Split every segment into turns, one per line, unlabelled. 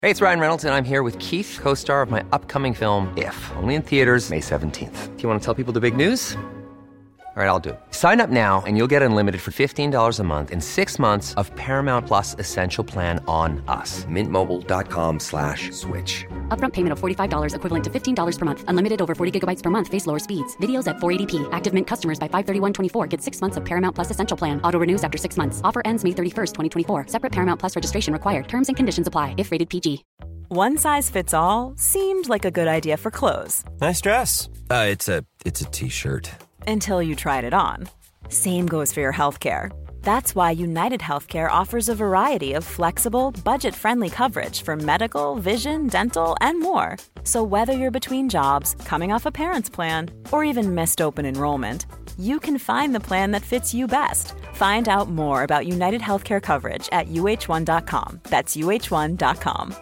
Hey, it's Ryan Reynolds, and I'm here with Keith, co-star of my upcoming film, If, only in theaters May 17th. Do you want to tell people the big news? All right, I'll do it. Sign up now and you'll get unlimited for $15 a month and 6 months of Paramount Plus Essential Plan on us. MintMobile.com/switch.
Upfront payment of $45 equivalent to $15 per month. Unlimited over 40 gigabytes per month. Face lower speeds. Videos at 480p. Active Mint customers by 531.24 get 6 months of Paramount Plus Essential Plan. Auto renews after 6 months. Offer ends May 31st, 2024. Separate Paramount Plus registration required. Terms and conditions apply if rated PG.
One size fits all seemed like a good idea for clothes.
Nice dress. It's a t-shirt.
Until you tried it on. Same goes for your healthcare. That's why United Healthcare offers a variety of flexible, budget-friendly coverage for medical, vision, dental, and more. So whether you're between jobs, coming off a parent's plan, or even missed open enrollment, you can find the plan that fits you best. Find out more about United Healthcare coverage at uh1.com. That's uh1.com.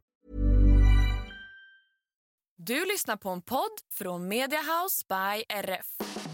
Du lyssnar på en podd från Media House by RF.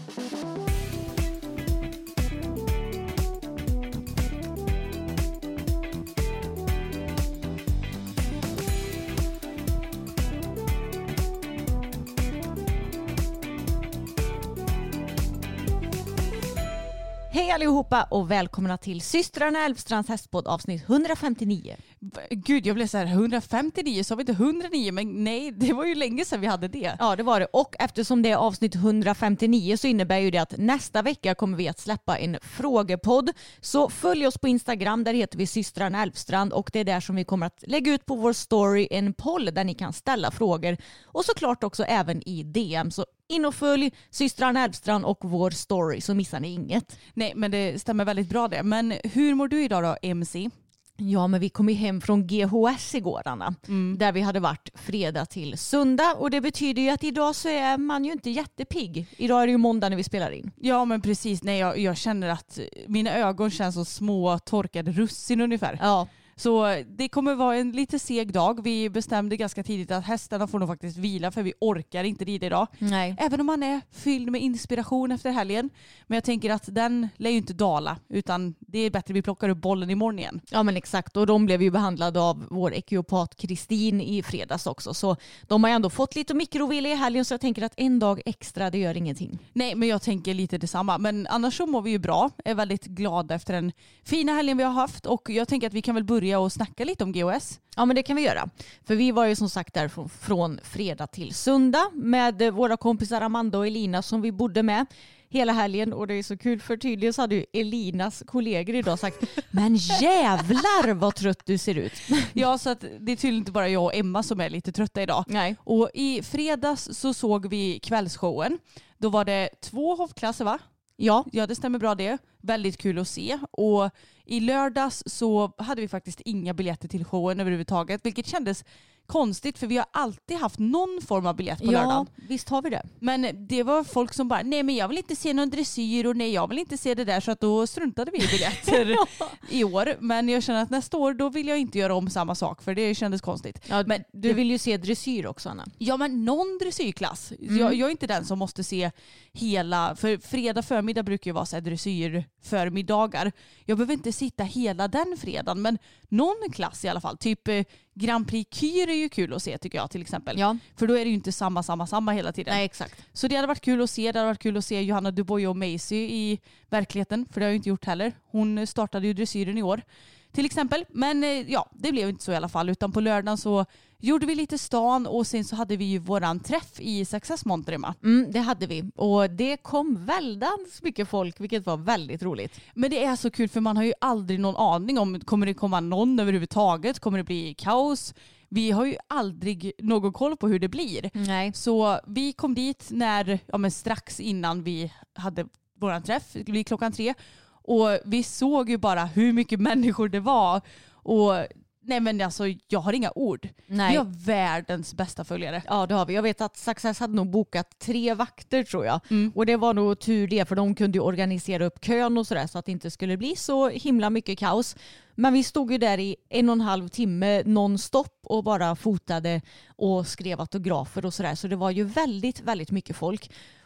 Hej allihopa och välkomna till Systrarna Älvstrands hästpodd avsnitt 159.
Gud, jag blev så här 159, så har vi inte 109, men nej, det var ju länge sedan vi hade det.
Ja, det var det. Och eftersom det är avsnitt 159 så innebär ju det att nästa vecka kommer vi att släppa en frågepodd. Så följ oss på Instagram, där heter vi Systrarna Älvstrand, och det är där som vi kommer att lägga ut på vår story en poll där ni kan ställa frågor, och såklart också även i DM. Så in och följ Systrarna Älvstrand och vår story så missar ni inget.
Nej, men det stämmer väldigt bra det. Men hur mår du idag då, MC?
Ja, men vi kom ju hem från GHS igår, Anna. Där vi hade varit fredag till söndag. Och det betyder ju att idag så är man ju inte jättepigg. Idag är det ju måndag när vi spelar in.
Ja, men precis. Nej, jag känner att mina ögon känns som små torkade russin ungefär.
Ja.
Så det kommer vara en lite seg dag. Vi bestämde ganska tidigt att hästarna får nog faktiskt vila, för vi orkar inte rida idag.
Nej.
Även om man är fylld med inspiration efter helgen. Men jag tänker att den lär ju inte dala, utan det är bättre att vi plockar upp bollen imorgon igen.
Ja, men exakt. Och de blev ju behandlade av vår ekiopat Kristin i fredags också. Så de har ändå fått lite mikrovila i helgen, så jag tänker att en dag extra, det gör ingenting.
Nej, men jag tänker lite detsamma. Men annars så mår vi ju bra. Är väldigt glada efter den fina helgen vi har haft. Och jag tänker att vi kan väl börja och snacka lite om GHS.
Ja, men det kan vi göra. För vi var ju som sagt där från fredag till söndag med våra kompisar Amanda och Elina som vi bodde med hela helgen. Och det är så kul, för tydligen så hade ju Elinas kollegor idag sagt men jävlar vad trött du ser ut.
Ja, så att det är tydligen inte bara jag och Emma som är lite trötta idag.
Nej.
Och i fredags så såg vi kvällsshowen. Då var det 2 hoppklasser, va? Ja, det stämmer bra det. Väldigt kul att se. Och i lördags så hade vi faktiskt inga biljetter till showen överhuvudtaget, vilket kändes konstigt, för vi har alltid haft någon form av biljett på lördagen.
Ja, visst har vi det.
Men det var folk som bara, nej men jag vill inte se någon dressyr, och nej jag vill inte se det där, så att då struntade vi i biljetter i år. Men jag känner att nästa år då vill jag inte göra om samma sak, för det kändes konstigt.
Ja, men du vill ju se dressyr också, Anna.
Ja, men någon dressyrklass. Jag är inte den som måste se hela, för fredag förmiddag brukar ju vara så här dressyr förmiddagar. Jag behöver inte sitta hela den fredagen, men någon klass i alla fall. Typ Grand Prix Kyr är ju kul att se, tycker jag till exempel.
Ja.
För då är det ju inte samma hela tiden.
Nej, exakt.
Så det hade varit kul att se. Det hade varit kul att se Johanna Dubois och Macy i verkligheten, för det har jag inte gjort heller. Hon startade ju dressyren i år till exempel. Men ja, det blev inte så i alla fall, utan på lördagen så gjorde vi lite stan, och sen så hade vi ju våran träff i Success Monterima.
Det hade vi, och det kom väldans mycket folk, vilket var väldigt roligt.
Men det är så kul, för man har ju aldrig någon aning om, kommer det komma någon överhuvudtaget? Kommer det bli kaos? Vi har ju aldrig någon koll på hur det blir.
Nej.
Så vi kom dit men strax innan vi hade våran träff, vid 3:00. Och vi såg ju bara hur mycket människor det var. Och nej, men alltså, jag har inga ord.
Nej.
Vi har världens bästa följare.
Ja, det har vi. Jag vet att Success hade nog bokat 3 vakter, tror jag. Och det var nog tur det, för de kunde ju organisera upp kön och sådär, så att det inte skulle bli så himla mycket kaos. Men vi stod ju där i 1,5 timme non-stop och bara fotade och skrev autografer och sådär. Så det var ju väldigt, väldigt mycket folk.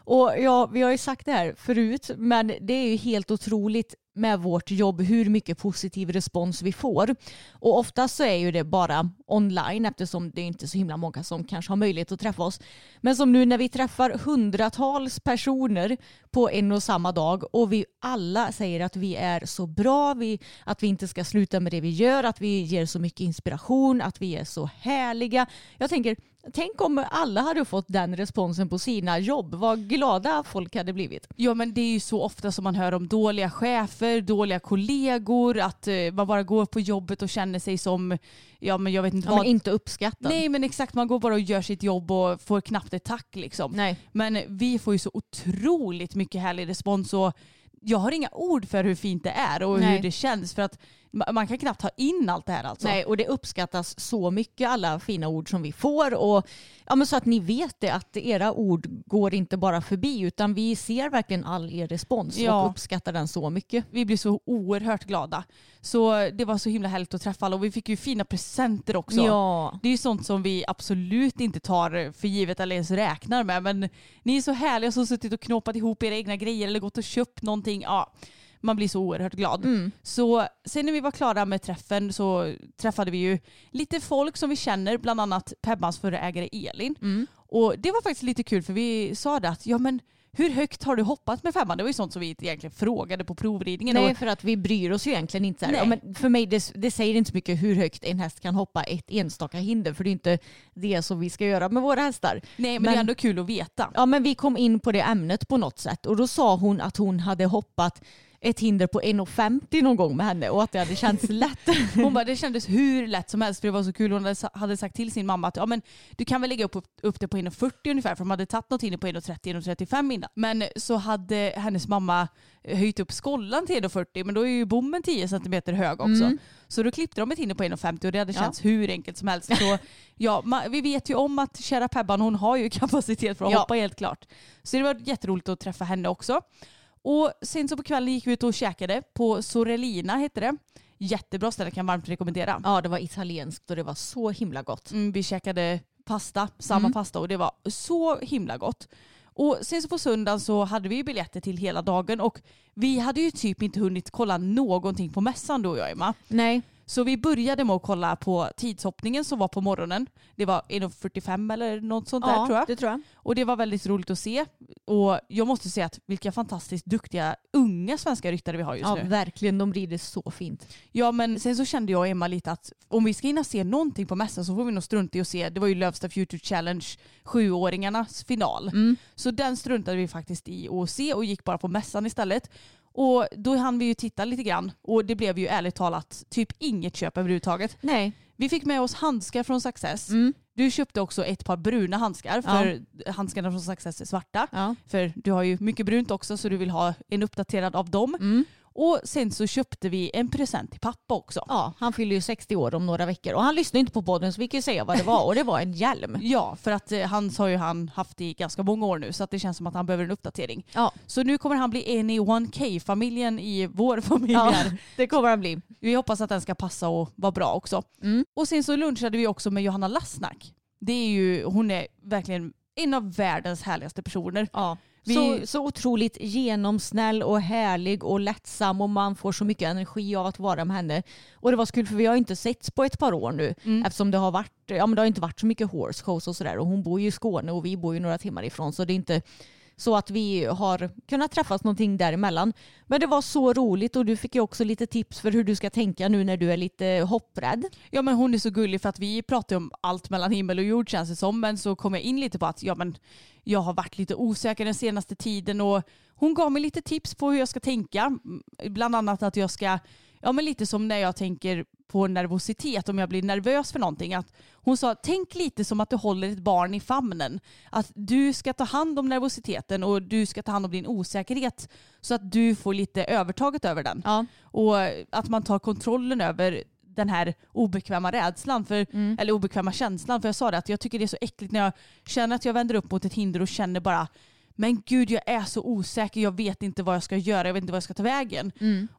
Och ja, vi har ju sagt det här förut, men det är ju helt otroligt med vårt jobb hur mycket positiv respons vi får. Och oftast så är ju det bara online eftersom det är inte så himla många som kanske har möjlighet att träffa oss. Men som nu när vi träffar hundratals personer på en och samma dag och vi alla säger att vi är så bra, att vi inte ska sluta med det vi gör, att vi ger så mycket inspiration, att vi är så härliga. Jag tänker, tänk om alla hade fått den responsen på sina jobb. Vad glada folk hade blivit.
Ja, men det är ju så ofta som man hör om dåliga chefer, dåliga kollegor, att man bara går på jobbet och känner sig som, ja men jag vet inte vad.
Men inte uppskattad.
Nej, men exakt, man går bara och gör sitt jobb och får knappt ett tack liksom.
Nej.
Men vi får ju så otroligt mycket härlig respons och jag har inga ord för hur fint det är och hur det känns, för att man kan knappt ta in allt det här alltså.
Nej, och det uppskattas så mycket, alla fina ord som vi får. Och ja, men så att ni vet det, att era ord går inte bara förbi, utan vi ser verkligen all er respons och uppskattar den så mycket.
Vi blir så oerhört glada. Så det var så himla härligt att träffa alla och vi fick ju fina presenter också.
Ja.
Det är ju sånt som vi absolut inte tar för givet eller ens räknar med. Men ni är så härliga som har suttit och knåpat ihop era egna grejer eller gått och köpt någonting. Ja, man blir så oerhört glad. Så sen när vi var klara med träffen så träffade vi ju lite folk som vi känner, bland annat Pebbans förra ägare Elin. Och det var faktiskt lite kul för vi sa det att, ja men hur högt har du hoppat med femman? Det var ju sånt som vi egentligen frågade på provridningen.
Nej, för att vi bryr oss ju egentligen inte. Ja, men för mig det säger inte så mycket hur högt en häst kan hoppa ett enstaka hinder. För det är inte det som vi ska göra med våra hästar.
Nej, men det är ändå kul att veta.
Ja, men vi kom in på det ämnet på något sätt. Och då sa hon att hon hade hoppat ett hinder på 1,50 någon gång med henne och att det hade känts lätt.
Hon bara, det kändes hur lätt som helst för det var så kul. Hon hade sagt till sin mamma att ja, men du kan väl lägga upp det på 1,40 ungefär, för de hade tagit något hinder på 1,30, 1,35 innan. Men så hade hennes mamma höjt upp skollan till 1,40, men då är ju bommen 10 cm hög också. Så då klippte de ett hinder på 1,50 och det hade känts hur enkelt som helst. Så ja, vi vet ju om att kära Pebban, hon har ju kapacitet för att hoppa helt klart. Så det var jätteroligt att träffa henne också. Och sen så på kvällen gick vi ut och käkade på Sorellina heter det. Jättebra ställe, kan jag varmt rekommendera.
Ja, det var italienskt och det var så himla gott.
Vi käkade pasta, samma pasta, och det var så himla gott. Och sen så på söndagen så hade vi biljetter till hela dagen och vi hade ju typ inte hunnit kolla någonting på mässan då, jag Emma.
Nej.
Så vi började med att kolla på tidshoppningen som var på morgonen. Det var 1,45 eller något sånt där tror jag.
Det tror jag.
Och det var väldigt roligt att se. Och jag måste säga att vilka fantastiskt duktiga unga svenska ryttare vi har just nu.
Ja, verkligen. De rider så fint.
Ja, men sen så kände jag och Emma lite att om vi ska hinna se någonting på mässan så får vi nog strunta i att se. Det var ju Lövsta Future Challenge 7-åringarnas final. Så den struntade vi faktiskt i att se och gick bara på mässan istället. Och då hann vi ju titta lite grann och det blev ju ärligt talat typ inget köp överhuvudtaget.
Nej.
Vi fick med oss handskar från Success. Du köpte också ett par bruna handskar för handskarna från Success är svarta. Ja. För du har ju mycket brunt också så du vill ha en uppdaterad av dem. Och sen så köpte vi en present till pappa också.
Ja, han fyller ju 60 år om några veckor. Och han lyssnade inte på podden så vi kan ju säga vad det var. Och det var en hjälm.
Ja, för att han har ju han haft i ganska många år nu. Så att det känns som att han behöver en uppdatering.
Ja.
Så nu kommer han bli en i 1K-familjen i vår familj.
Ja, det kommer han bli.
Vi hoppas att den ska passa och vara bra också. Och sen så lunchade vi också med Johanna Lassnack. Det är ju, hon är verkligen en av världens härligaste personer.
Ja. Så otroligt genomsnäll och härlig och lättsam och man får så mycket energi av att vara med henne. Och det var så kul för vi har inte setts på ett par år nu eftersom det har varit, ja men det har inte varit så mycket horse shows och sådär och hon bor ju i Skåne och vi bor ju några timmar ifrån så det är inte så att vi har kunnat träffas någonting däremellan. Men det var så roligt och du fick ju också lite tips för hur du ska tänka nu när du är lite hopprädd.
Ja men hon är så gullig för att vi pratar om allt mellan himmel och jord känns det som. Men så kom jag in lite på att jag har varit lite osäker den senaste tiden och hon gav mig lite tips på hur jag ska tänka. Bland annat att jag ska, lite som när jag tänker på nervositet, om jag blir nervös för någonting. Att hon sa, tänk lite som att du håller ett barn i famnen. Att du ska ta hand om nervositeten och du ska ta hand om din osäkerhet så att du får lite övertaget över den. Ja. Och att man tar kontrollen över den här obekväma rädslan eller obekväma känslan. För jag sa det att jag tycker det är så äckligt när jag känner att jag vänder upp mot ett hinder och känner bara men gud jag är så osäker, jag vet inte vad jag ska göra, jag vet inte vad jag ska ta vägen. Och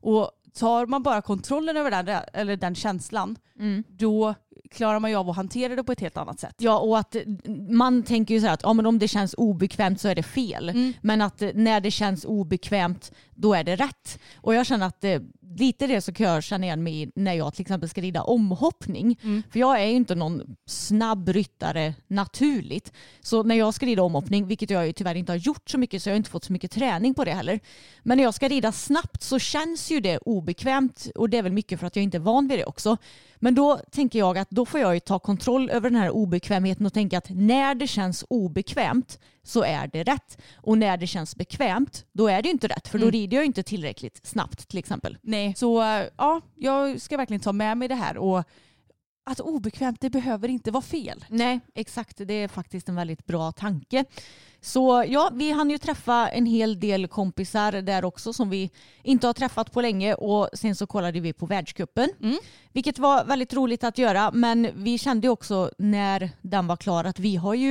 tar man bara kontrollen över den känslan, då klarar man ju av att hantera det på ett helt annat sätt.
Ja, och att man tänker ju så här att men om det känns obekvämt så är det fel. Men att när det känns obekvämt, då är det rätt. Och jag känner att lite det så kan jag känna igen mig när jag till exempel ska rida omhoppning. För jag är ju inte någon snabb ryttare naturligt. Så när jag ska rida omhoppning, vilket jag ju tyvärr inte har gjort så mycket, så jag har inte fått så mycket träning på det heller. Men när jag ska rida snabbt så känns ju det obekvämt, och det är väl mycket för att jag inte är van vid det också. Men då tänker jag att då får jag ju ta kontroll över den här obekvämheten och tänka att när det känns obekvämt så är det rätt. Och när det känns bekvämt, då är det ju inte rätt. För då rider jag inte tillräckligt snabbt till exempel.
Nej, så ja, jag ska verkligen ta med mig det här. Och att obekvämt, det behöver inte vara fel.
Nej, exakt. Det är faktiskt en väldigt bra tanke. Så ja, vi hann ju träffa en hel del kompisar där också som vi inte har träffat på länge, och sen så kollade vi på världscupen. Vilket var väldigt roligt att göra, men vi kände också när den var klar att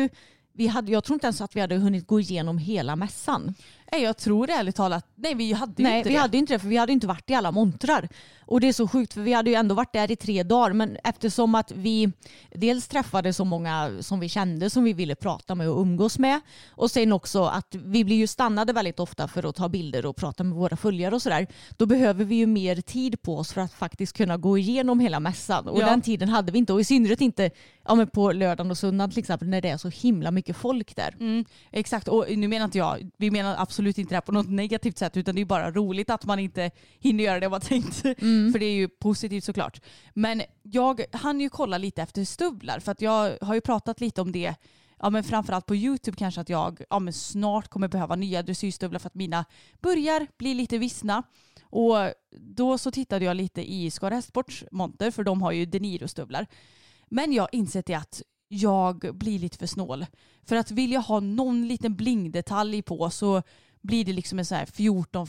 jag tror inte ens att vi hade hunnit gå igenom hela mässan.
Nej, jag tror ärligt talat. Nej, vi hade ju inte det.
Vi hade inte det, för vi hade inte varit i alla montrar. Och det är så sjukt, för vi hade ju ändå varit där i 3 dagar. Men eftersom att vi dels träffade så många som vi kände, som vi ville prata med och umgås med. Och sen också att vi blir ju stannade väldigt ofta för att ta bilder och prata med våra följare och sådär. Då behöver vi ju mer tid på oss för att faktiskt kunna gå igenom hela mässan. Och den tiden hade vi inte. Och i synnerhet inte men på lördagen och söndagen till exempel, när det är så himla mycket folk där.
Exakt, och nu menar inte vi menar absolut inte det här på något negativt sätt, utan det är bara roligt att man inte hinner göra det man tänkt. För det är ju positivt såklart. Men jag hann ju kolla lite efter stövlar, för att jag har ju pratat lite om det, men framförallt på YouTube kanske, att jag snart kommer behöva nya dressyrstövlar för att mina börjar bli lite vissna. Och då så tittade jag lite i Skara Hästsports monter, för de har ju Deniro-stövlar. Men jag har insett att jag blir lite för snål. För att vill jag ha någon liten blingdetalj på, så blir det liksom en så här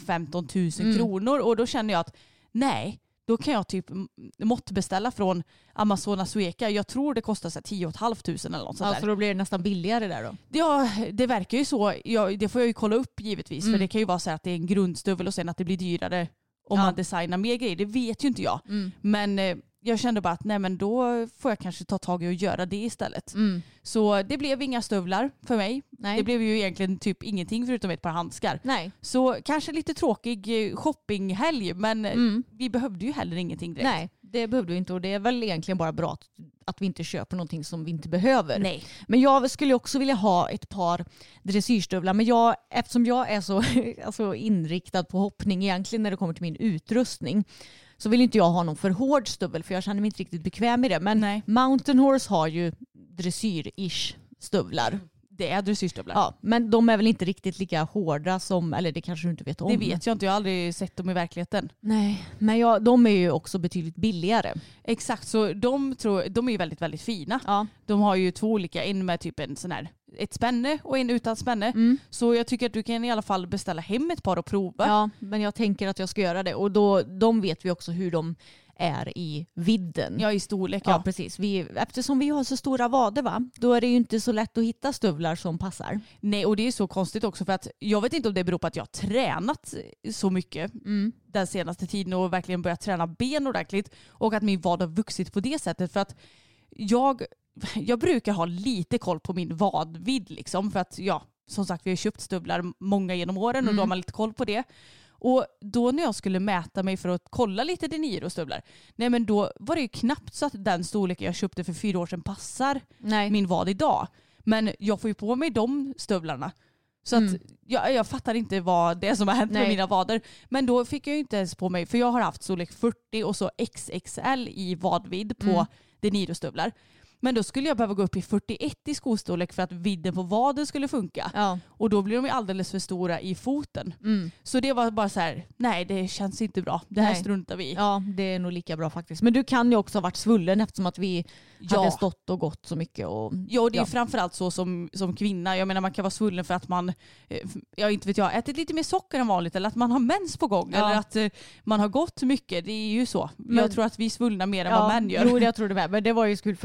14-15 000 kronor. Och då känner jag att nej, då kan jag typ måttbeställa från Amazonas Sueca. Jag tror det kostar så 10 500 eller något sånt där.
Så då blir det nästan billigare där då?
Ja, det verkar ju så. Det får jag ju kolla upp givetvis. För det kan ju vara så att det är en grundstövel och sen att det blir dyrare om man designar mer grejer. Det vet ju inte jag. Men jag kände bara att nej, men då får jag kanske ta tag i och göra det istället. Så det blev inga stövlar för mig. Nej. Det blev ju egentligen typ ingenting förutom ett par handskar. Nej. Så kanske lite tråkig shoppinghelg, men vi behövde ju heller ingenting direkt. Nej,
det behövde vi inte, och det är väl egentligen bara bra att vi inte köper någonting som vi inte behöver.
Nej.
Men jag skulle också vilja ha ett par dressyrstövlar, men eftersom jag är så alltså inriktad på hoppning egentligen när det kommer till min utrustning, så vill inte jag ha någon för hård stövel, för jag känner mig inte riktigt bekväm i det. Men Mountain Horse har ju dressyr-ish stövlar.
Det är dressyrstövlar.
Ja, men de är väl inte riktigt lika hårda som, eller det kanske du inte vet om.
Det vet jag inte, jag har aldrig sett dem i verkligheten.
Nej, men de är ju också betydligt billigare.
Exakt, så de är ju väldigt, väldigt fina. Ja. De har ju 2 olika, en med typ en sån här, ett spänne och en utan spänne. Så jag tycker att du kan i alla fall beställa hem ett par och prova.
Ja, men jag tänker att jag ska göra det. Och de vet vi också hur de är i vidden.
Ja, i storlek.
Ja, precis. Eftersom vi har så stora vader, då är det ju inte så lätt att hitta stövlar som passar.
Nej, och det är så konstigt också, för att jag vet inte om det beror på att jag har tränat så mycket den senaste tiden och verkligen börjat träna ben ordentligt, och att min vad har vuxit på det sättet. För att jag brukar ha lite koll på min vadvidd liksom, för att som sagt, vi har köpt stövlar många genom åren och då har man lite koll på det. Och då när jag skulle mäta mig för att kolla lite Deniro-stövlar, nej, men då var det ju knappt så att den storleken jag köpte för 4 år sedan passar min vad idag. Men jag får ju på mig de stövlarna. Så att jag fattar inte vad det är som har hänt med mina vader. Men då fick jag ju inte ens på mig, för jag har haft storlek 40 och så XXL i vadvidd på Deniro-stövlar. Men då skulle jag behöva gå upp i 41 i skostorlek för att vidden på vaden skulle funka. Ja. Och då blir de ju alldeles för stora i foten. Så det var bara så här, nej, det känns inte bra. Det här struntar vi i.
Ja, det är nog lika bra faktiskt. Men du kan ju också ha varit svullen eftersom att vi hade stått och gått så mycket. Och
det är framförallt så som kvinna. Jag menar, man kan vara svullen för att man, inte vet jag, ätit lite mer socker än vanligt, eller att man har mens på gång, eller att man har gått mycket. Det är ju så. Jag tror att vi svullnar mer än vad män gör.
Jo, jag tror det med. Men det var ju kul, för så var det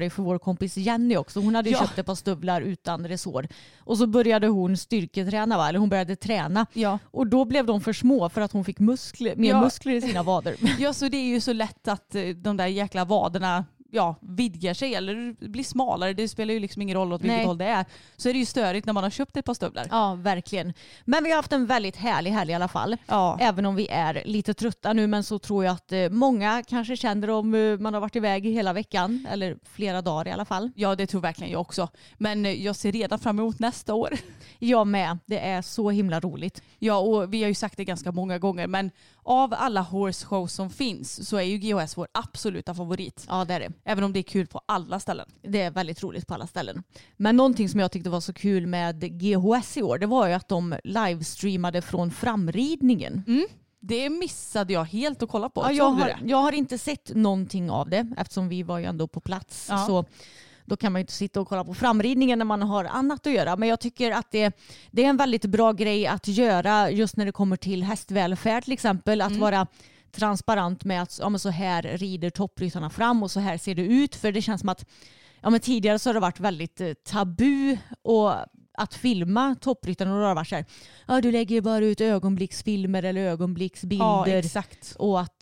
det för vår kompis Jenny också. Hon hade ju köpt ett par stövlar utan resår. Och så började hon styrketräna, va? Eller hon började träna.
Ja.
Och då blev de för små för att hon fick mer muskler i sina vader.
Ja, så det är ju så lätt att de där jäkla vaderna vidgar sig eller blir smalare. Det spelar ju liksom ingen roll åt vilket håll det är. Så är det ju störigt när man har köpt ett par stövlar.
Ja, verkligen. Men vi har haft en väldigt härlig helg i alla fall. Ja. Även om vi är lite trötta nu, men så tror jag att många kanske känner om man har varit iväg hela veckan eller flera dagar i alla fall.
Ja, det tror verkligen jag också. Men jag ser redan fram emot nästa år.
Jag med. Det är så himla roligt.
Ja, och vi har ju sagt det ganska många gånger, men av alla horse shows som finns så är ju GHS vår absoluta favorit.
Ja, det är det.
Även om det är kul på alla ställen.
Det är väldigt roligt på alla ställen. Men någonting som jag tyckte var så kul med GHS i år, det var ju att de livestreamade från framridningen.
Det missade jag helt att kolla på.
Ja, jag har inte sett någonting av det eftersom vi var ju ändå på plats. Ja. Så då kan man ju inte sitta och kolla på framridningen när man har annat att göra. Men jag tycker att det är en väldigt bra grej att göra just när det kommer till hästvälfärd till exempel. Att vara transparent med att men så här rider toppryttarna fram och så här ser det ut. För det känns som att men tidigare så har det varit väldigt tabu och att filma toppryttarna, och då har det varit så här, du lägger bara ut ögonblicksfilmer eller ögonblicksbilder.
Ja, exakt.
Och att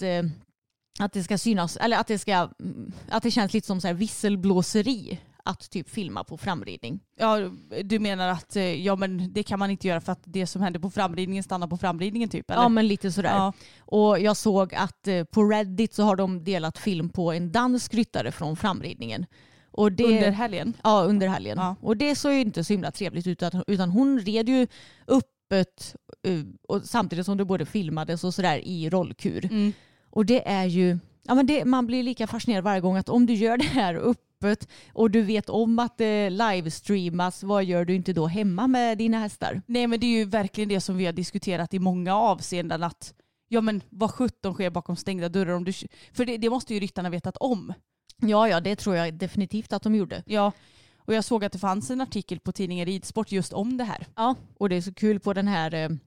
det ska synas, eller att det känns lite som så här visselblåseri att typ filma på framridning.
Ja, du menar att men det kan man inte göra för att det som händer på framridningen stannar på framridningen typ? Eller?
Ja, men lite sådär. Ja. Och jag såg att på Reddit så har de delat film på en dansk ryttare från framridningen. Och
under helgen?
Ja, under helgen. Ja. Och det såg ju inte så himla trevligt ut, utan hon red ju öppet och samtidigt som det både filmades och sådär i rollkur. Och det är ju, man blir lika fascinerad varje gång att om du gör det här öppet och du vet om att det livestreamas, vad gör du inte då hemma med dina hästar? Nej, men det är ju verkligen det som vi har diskuterat i många avseenden, att vad 17 sker bakom stängda dörrar för det måste ju ryttarna vetat om. Ja, det tror jag definitivt att de gjorde. Ja, och jag såg att det fanns en artikel på tidningen Ridsport just om det här. Ja, och det är så kul på den här,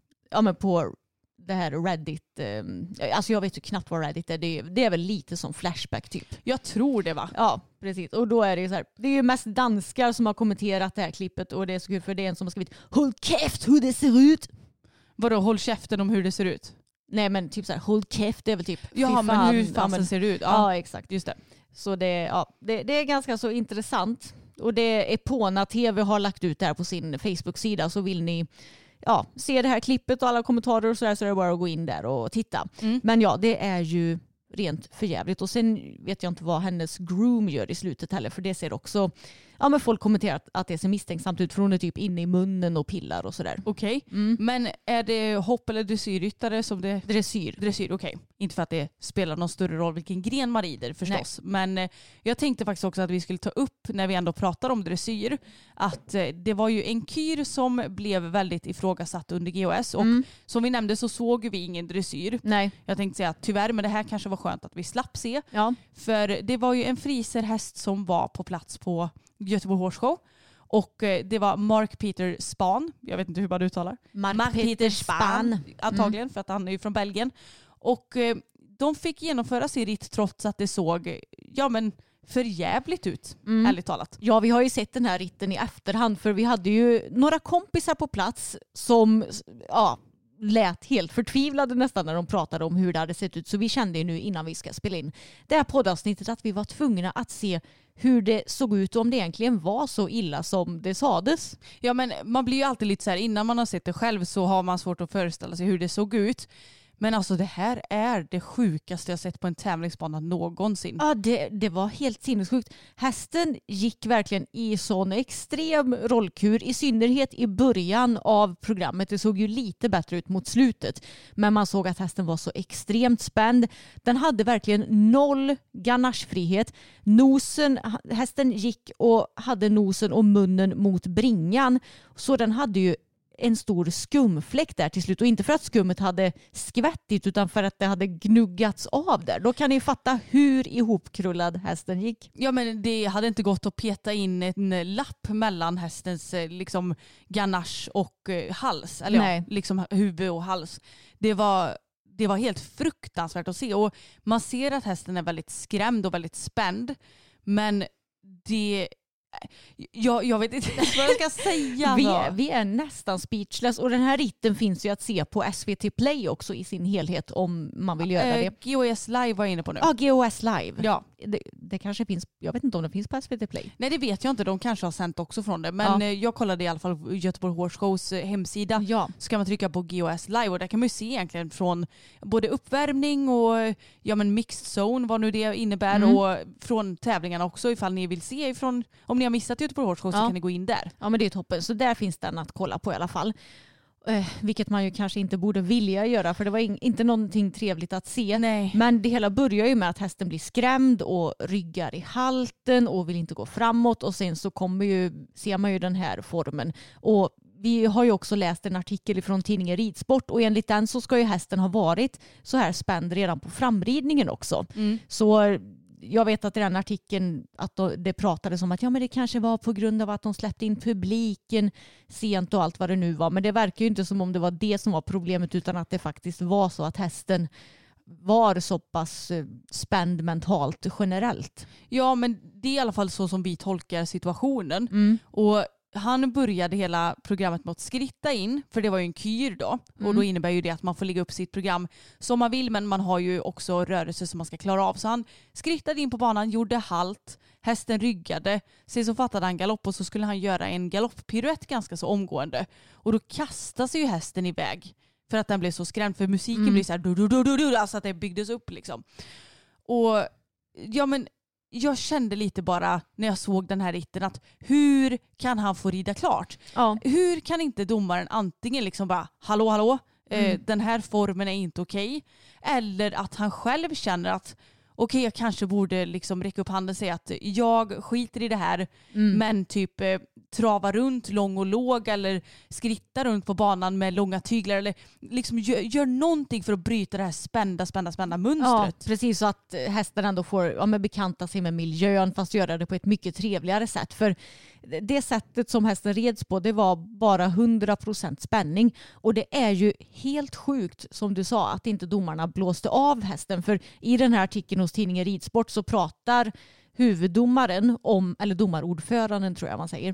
på det här Reddit. Alltså jag vet ju knappt vad Reddit är. Det är väl lite som Flashback typ. Jag tror det, va? Ja, precis. Och då är det så här, det är ju mest danskar som har kommenterat det här klippet, och det är så kul för det är en som har skrivit håll käft hur det ser ut. Vadå, håll käften om hur det ser ut? Nej, men typ så här, håll käft, det är väl typ
ja, men hur fasen ser det ut?
Ja, exakt, just det. Så det är ganska så intressant. Och det är Epona TV har lagt ut det här på sin Facebook-sida, så vill ni se det här klippet och alla kommentarer och så är det bara att gå in där och titta. Men det är ju rent förjävligt. Och sen vet jag inte vad hennes groom gör i slutet heller, för det ser också men folk kommenterar att det ser misstänksamt ut, för hon är typ inne i munnen och pillar och sådär. Okej. Men är det hopp- eller dressyrryttare som det... Dressyr, okej. Inte för att det spelar någon större roll vilken gren man rider förstås. Nej. Men jag tänkte faktiskt också att vi skulle ta upp, när vi ändå pratar om dressyr, att det var ju en kyr som blev väldigt ifrågasatt under GHS. Och som vi nämnde så såg vi ingen dressyr. Nej. Jag tänkte säga att tyvärr, men det här kanske var skönt att vi slapp se. Ja. För det var ju en friserhäst som var på plats på Göteborg Horse Show. Och det var Mark Peter Span. Jag vet inte hur man uttalar. Mark Peter Span. Antagligen, för att han är ju från Belgien. Och de fick genomföra sin ritt trots att det såg för jävligt ut, ärligt talat. Ja, vi har ju sett den här ritten i efterhand, för vi hade ju några kompisar på plats som lät helt förtvivlade nästan när de pratade om hur det hade sett ut. Så vi kände ju nu innan vi ska spela in det här poddavsnittet att vi var tvungna att se hur det såg ut och om det egentligen var så illa som det sades. Ja, men man blir ju alltid lite så här, innan man har sett det själv så har man svårt att föreställa sig hur det såg ut. Men alltså det här är det sjukaste jag sett på en tävlingsbana någonsin. Ja, det var helt sinnessjukt. Hästen gick verkligen i sån extrem rollkur, i synnerhet i början av programmet. Det såg ju lite bättre ut mot slutet. Men man såg att hästen var så extremt spänd. Den hade verkligen noll ganachefrihet. Hästen gick och hade nosen och munnen mot bringan. Så den hade ju en stor skumfläck där till slut, och inte för att skummet hade skvättit utan för att det hade gnuggats av där. Då kan ni fatta hur ihopkrullad hästen gick. Ja, men det hade inte gått att peta in en lapp mellan hästens ganache och hals, eller huvud och hals. Det var helt fruktansvärt att se, och man ser att hästen är väldigt skrämd och väldigt spänd, men
Jag vet inte vad jag ska säga.
Vi är nästan speechless. Och den här ritten finns ju att se på SVT Play också i sin helhet om man vill göra det.
GOS Live var jag inne på nu.
Ja, GOS Live.
Ja.
Det kanske finns, jag vet inte om det finns på SVT Play.
Nej, det vet jag inte. De kanske har sänt också från det. Men jag kollade i alla fall på Göteborg Horse Shows hemsida.
Ja.
Så kan man trycka på GOS Live och där kan man ju se egentligen från både uppvärmning och mixed zone, vad nu det innebär, och från tävlingarna också ifall ni vill se ifrån, om ni har missat Göteborg Horse Shows så kan ni gå in där.
Ja, men det är toppen. Så där finns den att kolla på i alla fall. Vilket man ju kanske inte borde vilja göra, för det var inte någonting trevligt att se.
Nej.
Men det hela börjar ju med att hästen blir skrämd och ryggar i halten och vill inte gå framåt, och sen så ser man ju den här formen. Och vi har ju också läst en artikel från tidningen Ridsport, och enligt den så ska ju hästen ha varit så här spänd redan på framridningen också. Så jag vet att i den artikeln att det pratades om att men det kanske var på grund av att de släppte in publiken sent och allt vad det nu var. Men det verkar ju inte som om det var det som var problemet, utan att det faktiskt var så att hästen var så pass spänd mentalt generellt.
Ja, men det är i alla fall så som vi tolkar situationen. Och han började hela programmet med att skritta in, för det var ju en kyr då. Och då innebär ju det att man får lägga upp sitt program som man vill, men man har ju också rörelser som man ska klara av. Så han skrittade in på banan, gjorde halt, hästen ryggade, sen så fattade han galopp och så skulle han göra en galopppiruett ganska så omgående. Och då kastade sig ju hästen iväg för att den blev så skrämd, för musiken blir så här alltså att det byggdes upp liksom. Och jag kände lite bara när jag såg den här ritten att hur kan han få rida klart? Ja. Hur kan inte domaren antingen liksom bara hallå, den här formen är inte okej. Eller att han själv känner att okej, jag kanske borde liksom räcka upp handen och säga att jag skiter i det här, men typ trava runt lång och låg eller skritta runt på banan med långa tyglar, eller liksom gör någonting för att bryta det här spända mönstret.
Ja, precis, så att hästen ändå får bekanta sig med miljön, fast göra det på ett mycket trevligare sätt. För det sättet som hästen reds på, det var bara 100% spänning, och det är ju helt sjukt som du sa att inte domarna blåste av hästen. För i den här artikeln hos tidningen Ridsport så pratar huvuddomaren eller domarordföranden tror jag man säger,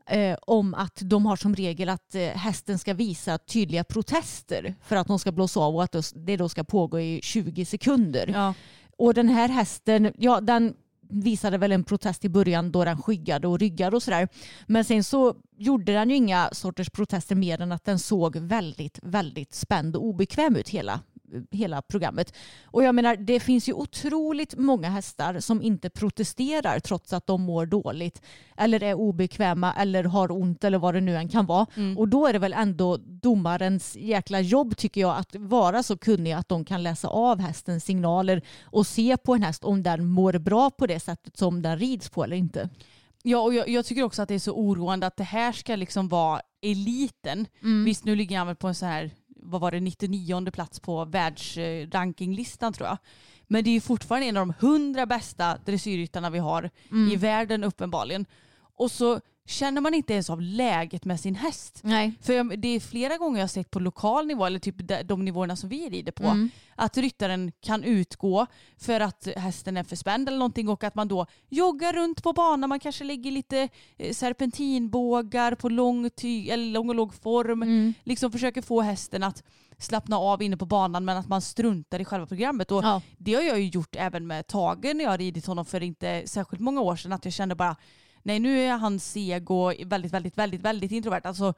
om att de har som regel att hästen ska visa tydliga protester för att de ska blåsa av, och att det då ska pågå i 20 sekunder. Ja. Och den här hästen, den visade väl en protest i början då den skyggade och ryggade och sådär. Men sen så gjorde den ju inga sorters protester mer än att den såg väldigt, väldigt spänd och obekväm ut hela programmet. Och jag menar, det finns ju otroligt många hästar som inte protesterar trots att de mår dåligt eller är obekväma eller har ont eller vad det nu än kan vara. Och då är det väl ändå domarens jäkla jobb, tycker jag, att vara så kunnig att de kan läsa av hästens signaler och se på en häst om den mår bra på det sättet som den rids på eller inte.
Ja, och jag tycker också att det är så oroande att det här ska liksom vara eliten. Visst, nu ligger han väl på en så här, vad var det, 99:e plats på världsrankinglistan tror jag. Men det är ju fortfarande en av de 100 bästa dressyrryttarna vi har i världen uppenbarligen. Och så känner man inte ens av läget med sin häst. Nej. För det är flera gånger jag har sett på lokal nivå, eller typ de nivåerna som vi rider på, att ryttaren kan utgå för att hästen är för spänd eller någonting, och att man då joggar runt på banan. Man kanske lägger lite serpentinbågar på lång och låg form. Liksom försöker få hästen att slappna av inne på banan, men att man struntar i själva programmet. Och det har jag ju gjort även med Tage när jag har ridit honom för inte särskilt många år sedan, att jag kände bara nej, nu är han seg och väldigt, väldigt, väldigt, väldigt introvert. Alltså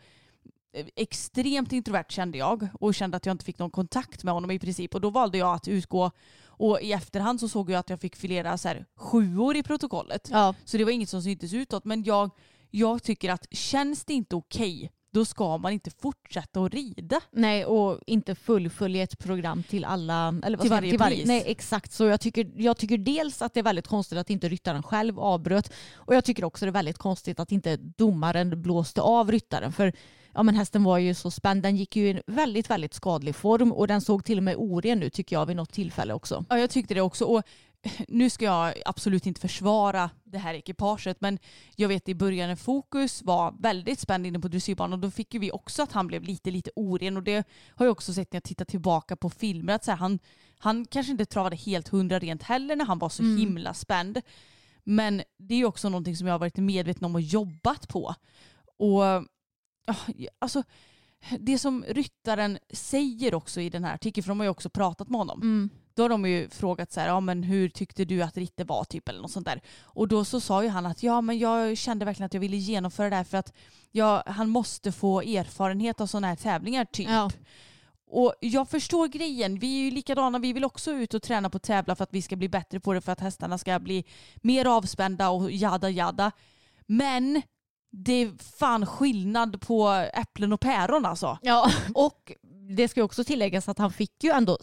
extremt introvert kände jag, och kände att jag inte fick någon kontakt med honom i princip. Och då valde jag att utgå, och i efterhand så såg jag att jag fick filera så här 7 i protokollet. Ja. Så det var inget som syntes utåt. Men jag tycker att känns det inte okej, då ska man inte fortsätta att rida.
Nej, och inte fullfölja ett program till alla, eller
till varje pris.
Nej, exakt. Så jag tycker dels att det är väldigt konstigt att inte ryttaren själv avbröt, och jag tycker också det är väldigt konstigt att inte domaren blåste av ryttaren, för men hästen var ju så spänd. Den gick ju i en väldigt, väldigt skadlig form, och den såg till och med oren ut tycker jag vid något tillfälle också.
Ja, jag tyckte det också. Och nu ska jag absolut inte försvara det här ekipaget, men jag vet i början Fokus var väldigt spänd inne på dressyrbanan, och då fick ju vi också att han blev lite oren, och det har jag också sett när jag tittar tillbaka på filmer, att så här, han kanske inte travade helt 100 rent heller när han var så himla spänd. Men det är ju också någonting som jag har varit medveten om och jobbat på. Och alltså det som ryttaren säger också i den här artikeln, för de har ju också pratat med honom. Då har de ju frågat så här, men hur tyckte du att rittet var typ eller något sånt där. Och då så sa ju han att men jag kände verkligen att jag ville genomföra det här för att han måste få erfarenhet av sådana här tävlingar typ. Ja. Och jag förstår grejen. Vi är ju likadana. Vi vill också ut och träna på att tävla för att vi ska bli bättre på det, för att hästarna ska bli mer avspända och jada. Men det är fan skillnad på äpplen och päron alltså.
Ja, och det ska också tilläggas att han fick ju ändå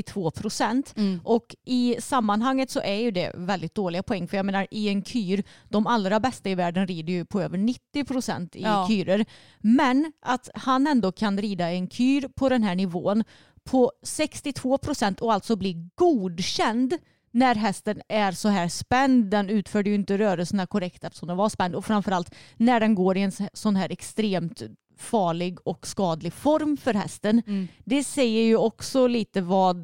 62%. Och i sammanhanget så är ju det väldigt dåliga poäng. För jag menar, i en kyr, de allra bästa i världen rider ju på över 90% i kyrer. Men att han ändå kan rida en kyr på den här nivån på 62% och alltså bli godkänd när hästen är så här spänd. Den utförde ju inte rörelserna korrekt eftersom den var spänd. Och framförallt när den går i en sån här extremt farlig och skadlig form för hästen. Det säger ju också lite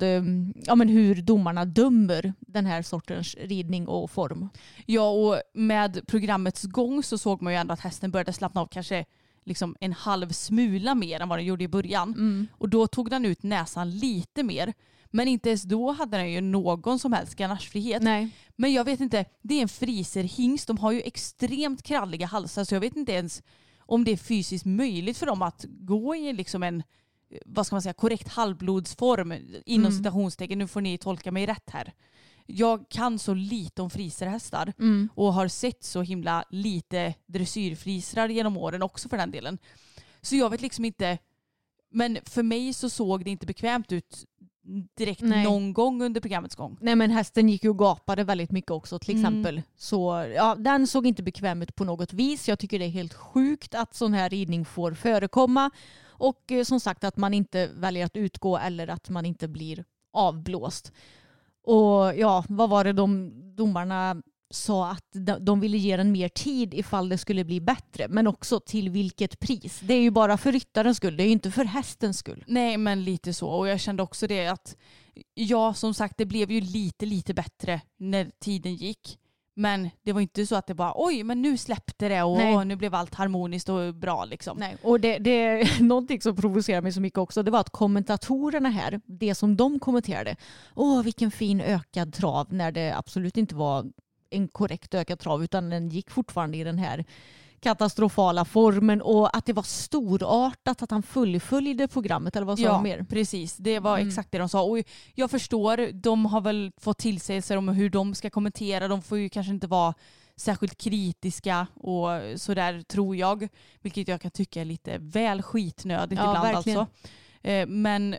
hur domarna dömer den här sortens ridning och form.
Ja, och med programmets gång så såg man ju ändå att hästen började slappna av kanske liksom en halv smula mer än vad den gjorde i början. Och då tog den ut näsan lite mer. Men inte ens då hade den ju någon som helst ganaschfrihet.
Nej.
Men jag vet inte, det är en friserhingst. De har ju extremt kralliga halsar, så jag vet inte ens om det är fysiskt möjligt för dem att gå i liksom en, vad ska man säga, korrekt halvblodsform inom citationstecken. Nu får ni tolka mig rätt här. Jag kan så lite om friserhästar och har sett så himla lite dressyrfrisrar genom åren också för den delen. Så jag vet liksom inte, men för mig så såg det inte bekvämt ut direkt någon gång under programmets gång.
Nej, men hästen gick ju och gapade väldigt mycket också till exempel. Så den såg inte bekväm ut på något vis. Jag tycker det är helt sjukt att sån här ridning får förekomma. Och som sagt att man inte väljer att utgå eller att man inte blir avblåst. Och vad var det domarna sa att de ville ge den mer tid ifall det skulle bli bättre. Men också till vilket pris. Det är ju bara för ryttarens skull. Det är ju inte för hästens skull.
Nej, men lite så. Och jag kände också det att som sagt, det blev ju lite bättre när tiden gick. Men det var inte så att det bara, men nu släppte det och nu blev allt harmoniskt och bra liksom.
Nej, och det är någonting som provocerar mig så mycket också. Det var att kommentatorerna här, det som de kommenterade, vilken fin ökad trav, när det absolut inte var en korrekt ökad trav utan den gick fortfarande i den här katastrofala formen, och att det var storartat att han fullföljde programmet, eller vad sa de mer?
Precis. Det var exakt det de sa. Och jag förstår, de har väl fått tillsägelser om hur de ska kommentera. De får ju kanske inte vara särskilt kritiska och sådär, tror jag. Vilket jag kan tycka är lite väl skitnödigt ibland verkligen. Alltså. Men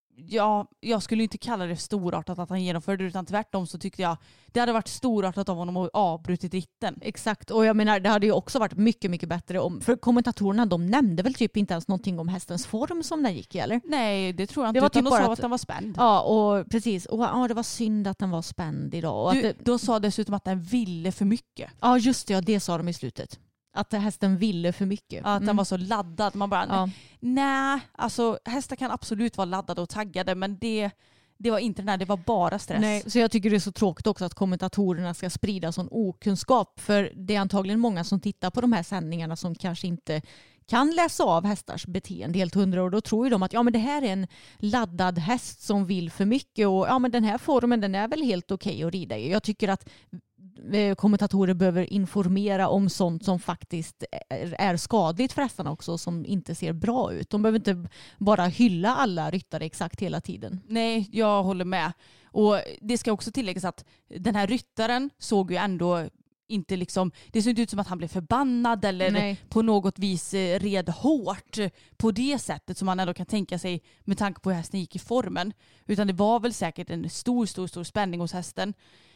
jag skulle inte kalla det storartat att han genomförde det, utan tvärtom så tyckte jag det hade varit storartat av honom att avbrutit ritten.
Exakt, och jag menar det hade ju också varit mycket, mycket bättre om, för kommentatorerna, de nämnde väl typ inte ens någonting om hästens form som den gick i, eller?
Nej, det tror jag inte,
det var
utan
typ
de sa att den var spänd.
Ja, och precis, och det var synd att den var spänd idag. Och
de sa dessutom att den ville för mycket.
Ja, just det sa de i slutet. Att hästen ville för mycket.
Ja, att den var så laddad. Man bara, nej, alltså hästar kan absolut vara laddade och taggade, men det var inte den här, det var bara stress.
Nej, så jag tycker det är så tråkigt också att kommentatorerna ska sprida sån okunskap, för det är antagligen många som tittar på de här sändningarna som kanske inte kan läsa av hästars beteende helt 100, och då tror ju de att men det här är en laddad häst som vill för mycket, och men den här formen, den är väl helt okej att rida i. Jag tycker att kommentatorer behöver informera om sånt som faktiskt är skadligt för hästarna också, som inte ser bra ut. De behöver inte bara hylla alla ryttare exakt hela tiden.
Nej, jag håller med. Och det ska också tilläggas att den här ryttaren såg ju ändå inte liksom, det såg inte ut som att han blev förbannad eller på något vis red hårt på det sättet som man ändå kan tänka sig med tanke på hur hästen gick i formen. Utan det var väl säkert en stor spänning hos hästen.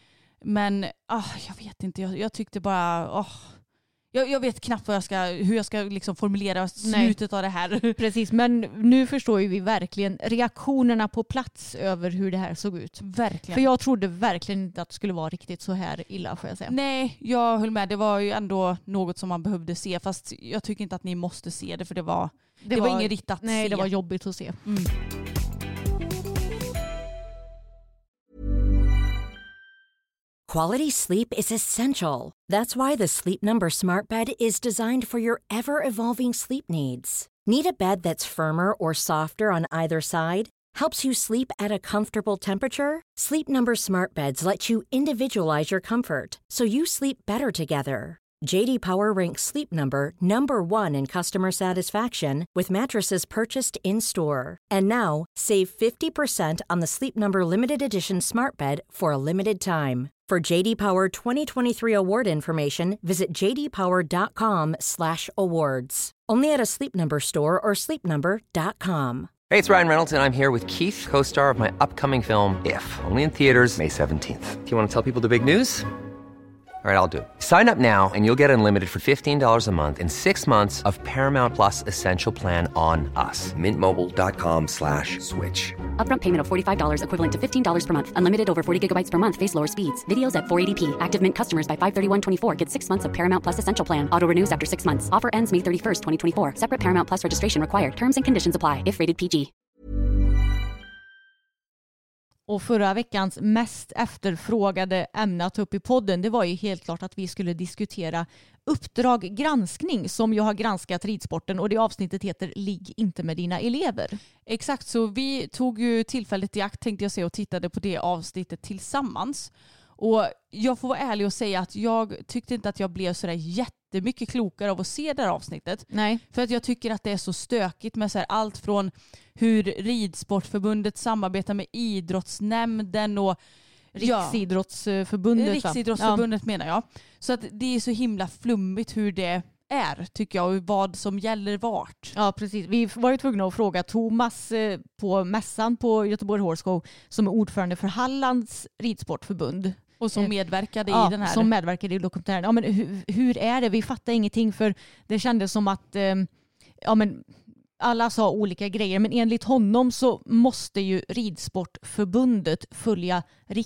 Men jag vet inte, jag tyckte bara jag vet knappt hur jag ska liksom formulera slutet av det här.
Precis, men nu förstår ju vi verkligen reaktionerna på plats över hur det här såg ut.
Verkligen.
För jag trodde verkligen inte att det skulle vara riktigt så här illa, får jag säga.
Nej, jag höll med. Det var ju ändå något som man behövde se, fast jag tycker inte att ni måste se det, för det var ingen ritt att se.
Nej, det var jobbigt att se.
Quality sleep is essential. That's why the Sleep Number Smart Bed is designed for your ever-evolving sleep needs. Need a bed that's firmer or softer on either side? Helps you sleep at a comfortable temperature? Sleep Number Smart Beds let you individualize your comfort so you sleep better together. J.D. Power ranks Sleep Number #1 in customer satisfaction with mattresses purchased in-store. And now, save 50% on the Sleep Number Limited Edition Smart Bed for a limited time. For J.D. Power 2023 award information, visit jdpower.com/awards. Only at a Sleep Number store or sleepnumber.com.
Hey, it's Ryan Reynolds, and I'm here with Keith, co-star of my upcoming film, If, only in theaters May 17th. Do you want to tell people the big news? All right, I'll do it. Sign up now and you'll get unlimited for $15 a month and 6 months of Paramount Plus Essential Plan on us.
Mintmobile.com/switch.
Upfront payment of $45 equivalent to $15 per month. Unlimited over 40 gigabytes per month. Face lower speeds. Videos at 480p. Active Mint customers by 531.24 get 6 months of Paramount Plus Essential Plan. Auto renews after 6 months. Offer ends May 31st, 2024. Separate Paramount Plus registration required. Terms and conditions apply if rated PG.
Och förra veckans mest efterfrågade ämne att ta upp i podden, det var ju helt klart att vi skulle diskutera Uppdrag granskning som ju har granskat ridsporten, och det avsnittet heter Ligg inte med dina elever.
Exakt, så vi tog ju tillfället i akt, tänkte jag säga, och tittade på det avsnittet tillsammans. Och jag får vara ärlig och säga att jag tyckte inte att jag blev sådär jättemycket klokare av att se det här avsnittet.
Nej.
För att jag tycker att det är så stökigt med så här allt från hur Ridsportförbundet samarbetar med idrottsnämnden och
Riksidrottsförbundet.
Riksidrottsförbundet menar jag. Så att det är så himla flummigt hur det är, tycker jag, och vad som gäller vart.
Ja, precis. Vi var ju tvungna att fråga Thomas på mässan på Göteborg Horse Show, som är ordförande för Hallands ridsportförbund.
Och som medverkade i den här.
Som medverkade i dokumentären. Ja, men hur är det? Vi fattar ingenting, för det kändes som att alla sa olika grejer, men enligt honom så måste ju Ridsportförbundet följa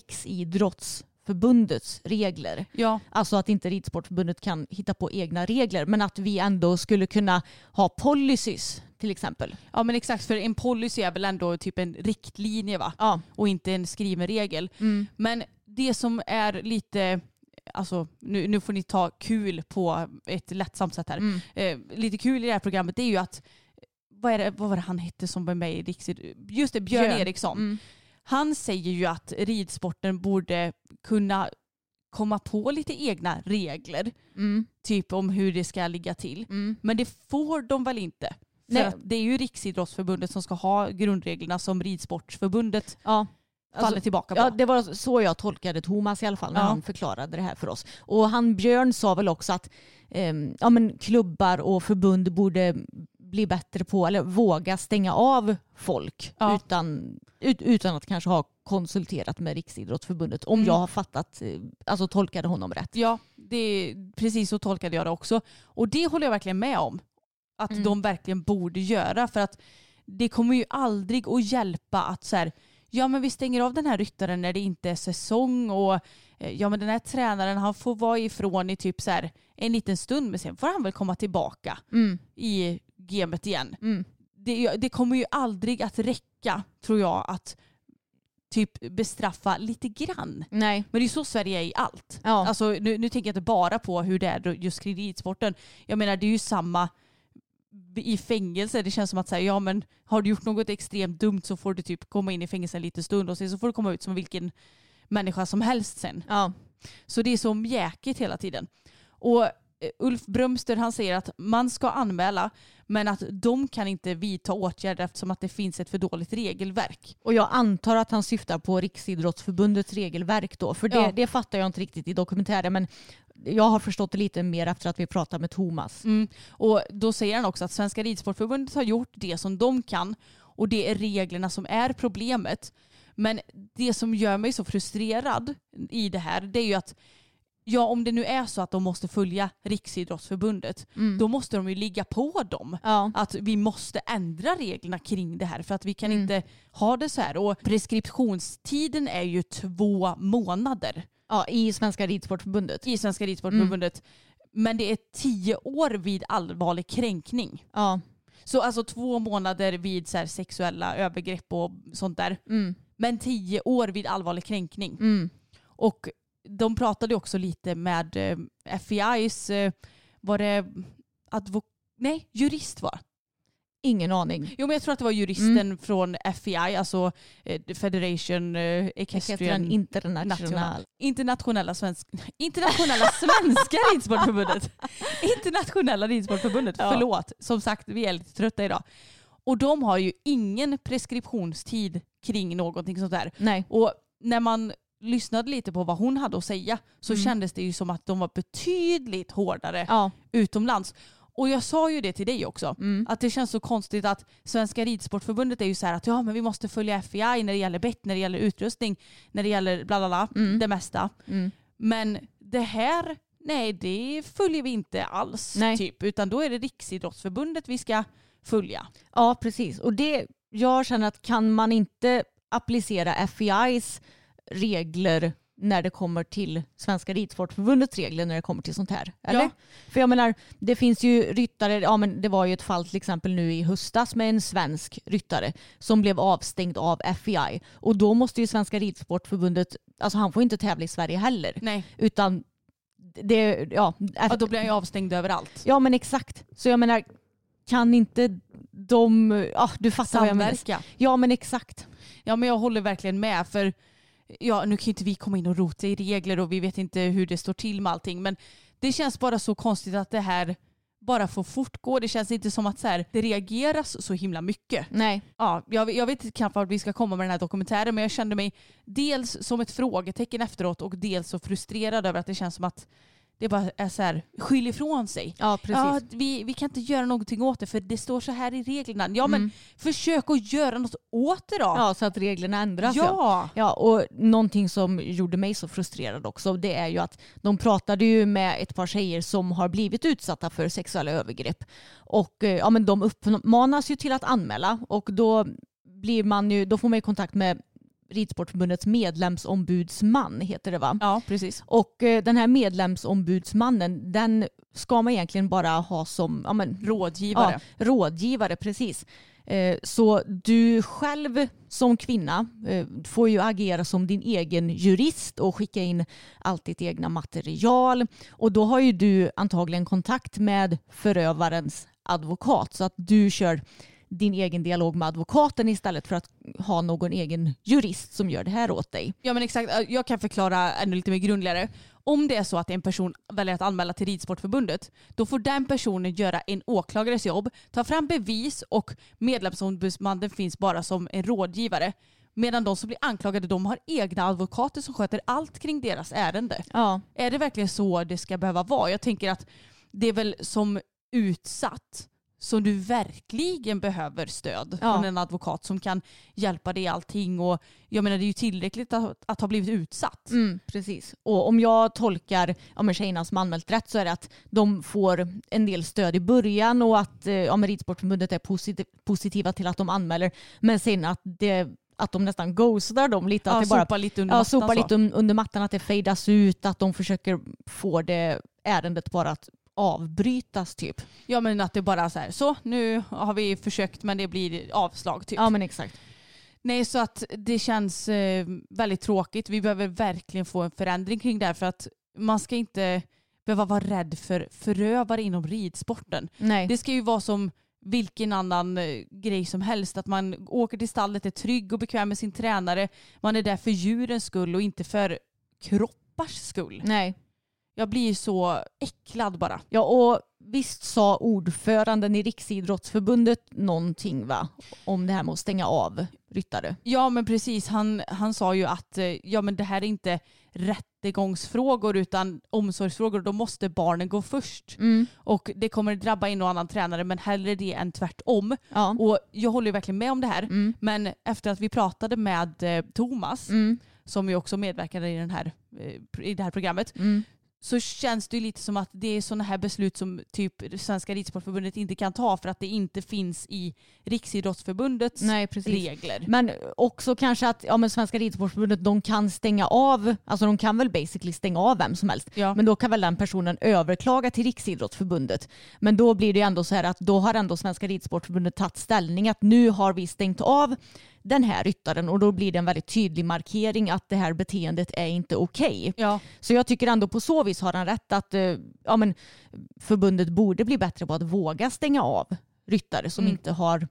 Riksidrottsförbundets regler.
Ja.
Alltså att inte Ridsportförbundet kan hitta på egna regler, men att vi ändå skulle kunna ha policies till exempel.
Ja, men exakt, för en policy är väl ändå typ en riktlinje, va?
Ja.
Och inte en skriven regel.
Mm.
Men det som är lite, alltså nu får ni ta kul på ett lättsamt sätt här. Lite kul i det här programmet, det är ju att vad var det han hette som var med i just det, Björn Eriksson. Han säger ju att ridsporten borde kunna komma på lite egna regler. Typ om hur det ska ligga till. Men det får de väl inte. För att det är ju Riksidrottsförbundet som ska ha grundreglerna som Ridsportförbundet faller tillbaka på.
Ja, det var så jag tolkade Thomas i alla fall när han förklarade det här för oss. Och Björn sa väl också att klubbar och förbund borde bli bättre på, eller våga stänga av folk utan att kanske ha konsulterat med Riksidrottsförbundet, om jag har fattat, alltså tolkade honom rätt.
Ja, precis så tolkade jag det också. Och det håller jag verkligen med om att de verkligen borde göra, för att det kommer ju aldrig att hjälpa att så här, ja men vi stänger av den här ryttaren när det inte är säsong, och ja men den här tränaren, han får vara ifrån i typ så här en liten stund, men sen får han väl komma tillbaka i gamet igen. Det kommer ju aldrig att räcka, tror jag, att typ bestraffa lite grann.
Nej.
Men det är så Sverige är i allt.
Ja.
Alltså, nu tänker jag inte bara på hur det är just kring ridsporten. Jag menar, det är ju samma i fängelse. Det känns som att säga, ja men har du gjort något extremt dumt så får du typ komma in i fängelse en liten stund och sen så får du komma ut som vilken människa som helst sen.
Ja.
Så det är så mjäkigt hela tiden. Och Ulf Brömster, han säger att man ska anmäla, men att de kan inte vidta åtgärder eftersom att det finns ett för dåligt regelverk.
Och jag antar att han syftar på Riksidrottsförbundets regelverk då, för det fattar jag inte riktigt i dokumentären, men jag har förstått det lite mer efter att vi pratade med Thomas.
Och då säger han också att Svenska Ridsportförbundet har gjort det som de kan, och det är reglerna som är problemet. Men det som gör mig så frustrerad i det här, det är ju att om det nu är så att de måste följa Riksidrottsförbundet, då måste de ju ligga på dem.
Ja.
Att vi måste ändra reglerna kring det här, för att vi kan inte ha det så här. Och preskriptionstiden är ju 2 månader.
Ja, i Svenska Ridsportförbundet.
I Svenska Ridsportförbundet. Men det är 10 år vid allvarlig kränkning.
Ja.
Så alltså 2 månader vid så här sexuella övergrepp och sånt där. Men 10 år vid allvarlig kränkning. Och de pratade också lite med FEIs, var det jurist var.
Ingen aning.
Jo, men jag tror att det var juristen från FEI, alltså Federation Equestrian Internationella Svenska Ridsportförbundet. Internationella Ridsportförbundet, förlåt. Som sagt, vi är lite trötta idag. Och de har ju ingen preskriptionstid kring någonting sånt där.
Nej.
Och när man lyssnade lite på vad hon hade att säga så kändes det ju som att de var betydligt hårdare utomlands. Och jag sa ju det till dig också. Att det känns så konstigt att Svenska Ridsportförbundet är ju så här att men vi måste följa FEI när det gäller bett, när det gäller utrustning, när det gäller bla bla bla, det mesta. Men det här, nej, det följer vi inte alls typ. Utan då är det Riksidrottsförbundet vi ska följa. Ja,
precis. Och jag känner att kan man inte applicera FEIs regler när det kommer till Svenska Ridsportförbundets regler när det kommer till sånt här. Eller? Ja. För jag menar, det finns ju ryttare, men det var ju ett fall till exempel nu i höstas med en svensk ryttare som blev avstängd av FEI. Och då måste ju Svenska Ridsportförbundet, alltså han får inte tävla i Sverige heller.
Nej.
Utan det,
då blir han ju avstängd överallt.
Ja, men exakt. Så jag menar, kan inte du fattar vad jag menar. Ja, men exakt.
Ja, men jag håller verkligen med, för nu kan inte vi komma in och rota i regler och vi vet inte hur det står till med allting, men det känns bara så konstigt att det här bara får fortgå. Det känns inte som att det reageras så himla mycket.
Nej.
Ja, jag vet knappt vart vi ska komma med den här dokumentären, men jag kände mig dels som ett frågetecken efteråt och dels så frustrerad över att det känns som att det bara är så här, skyll ifrån sig.
Ja, precis.
Ja, vi kan inte göra någonting åt det för det står så här i reglerna. Ja, men försök att göra något åt det då.
Ja, så att reglerna ändras.
Ja,
och någonting som gjorde mig så frustrerad också, det är ju att de pratade ju med ett par tjejer som har blivit utsatta för sexuella övergrepp. Och men de uppmanas ju till att anmäla, och då får man ju kontakt med Ridsportförbundets medlemsombudsman, heter det va?
Ja, precis.
Och den här medlemsombudsmannen, den ska man egentligen bara ha som
rådgivare.
Ja, rådgivare, precis. Så du själv som kvinna får ju agera som din egen jurist och skicka in allt ditt egna material. Och då har ju du antagligen kontakt med förövarens advokat, så att du kör din egen dialog med advokaten istället för att ha någon egen jurist som gör det här åt dig.
Ja, men exakt. Jag kan förklara ännu lite mer grundligare. Om det är så att en person väljer att anmäla till Ridsportförbundet, då får den personen göra en åklagares jobb, ta fram bevis, och medlemsombudsmannen finns bara som en rådgivare. Medan de som blir anklagade, de har egna advokater som sköter allt kring deras ärende.
Ja.
Är det verkligen så det ska behöva vara? Jag tänker att det är väl som utsatt så du verkligen behöver stöd från en advokat som kan hjälpa dig i allting. Och jag menar, det är ju tillräckligt att ha blivit utsatt.
Precis. Och om jag tolkar tjejerna som anmält rätt, så är det att de får en del stöd i början och att Ridsportförbundet är positiva till att de anmäler. Men sen att de nästan ghostar dem lite. Att det bara
sopar lite under mattan.
Sopar lite under mattan, att det fejdas ut, att de försöker få det ärendet bara att avbrytas typ.
Ja, men att det bara så nu har vi försökt men det blir avslag typ.
Ja, men exakt.
Nej, så att det känns väldigt tråkigt. Vi behöver verkligen få en förändring kring det här, för att man ska inte behöva vara rädd för förövare inom ridsporten.
Nej.
Det ska ju vara som vilken annan grej som helst, att man åker till stallet, är trygg och bekväm med sin tränare. Man är där för djurens skull och inte för kroppars skull.
Nej.
Jag blir så äcklad bara.
Ja, och visst sa ordföranden i Riksidrottsförbundet någonting om det här med att stänga av ryttare?
Ja, men precis. Han sa ju att men det här är inte rättegångsfrågor utan omsorgsfrågor. Då måste barnen gå först. Och det kommer drabba en och annan tränare, men hellre det än tvärtom.
Ja.
Och jag håller ju verkligen med om det här. Men efter att vi pratade med Thomas, som ju också medverkade i det här programmet, så känns det ju lite som att det är sådana här beslut som typ Svenska Ridsportförbundet inte kan ta för att det inte finns i Riksidrottsförbundets regler.
Men också kanske att Svenska Ridsportförbundet, de kan stänga av, alltså de kan väl basically stänga av vem som helst. Ja. Men då kan väl den personen överklaga till Riksidrottsförbundet. Men då blir det ändå så här att då har ändå Svenska Ridsportförbundet tagit ställning att nu har vi stängt av den här ryttaren, och då blir det en väldigt tydlig markering att det här beteendet är inte okej.
Ja.
Så jag tycker ändå på så vis har han rätt att förbundet borde bli bättre på att våga stänga av ryttare som inte har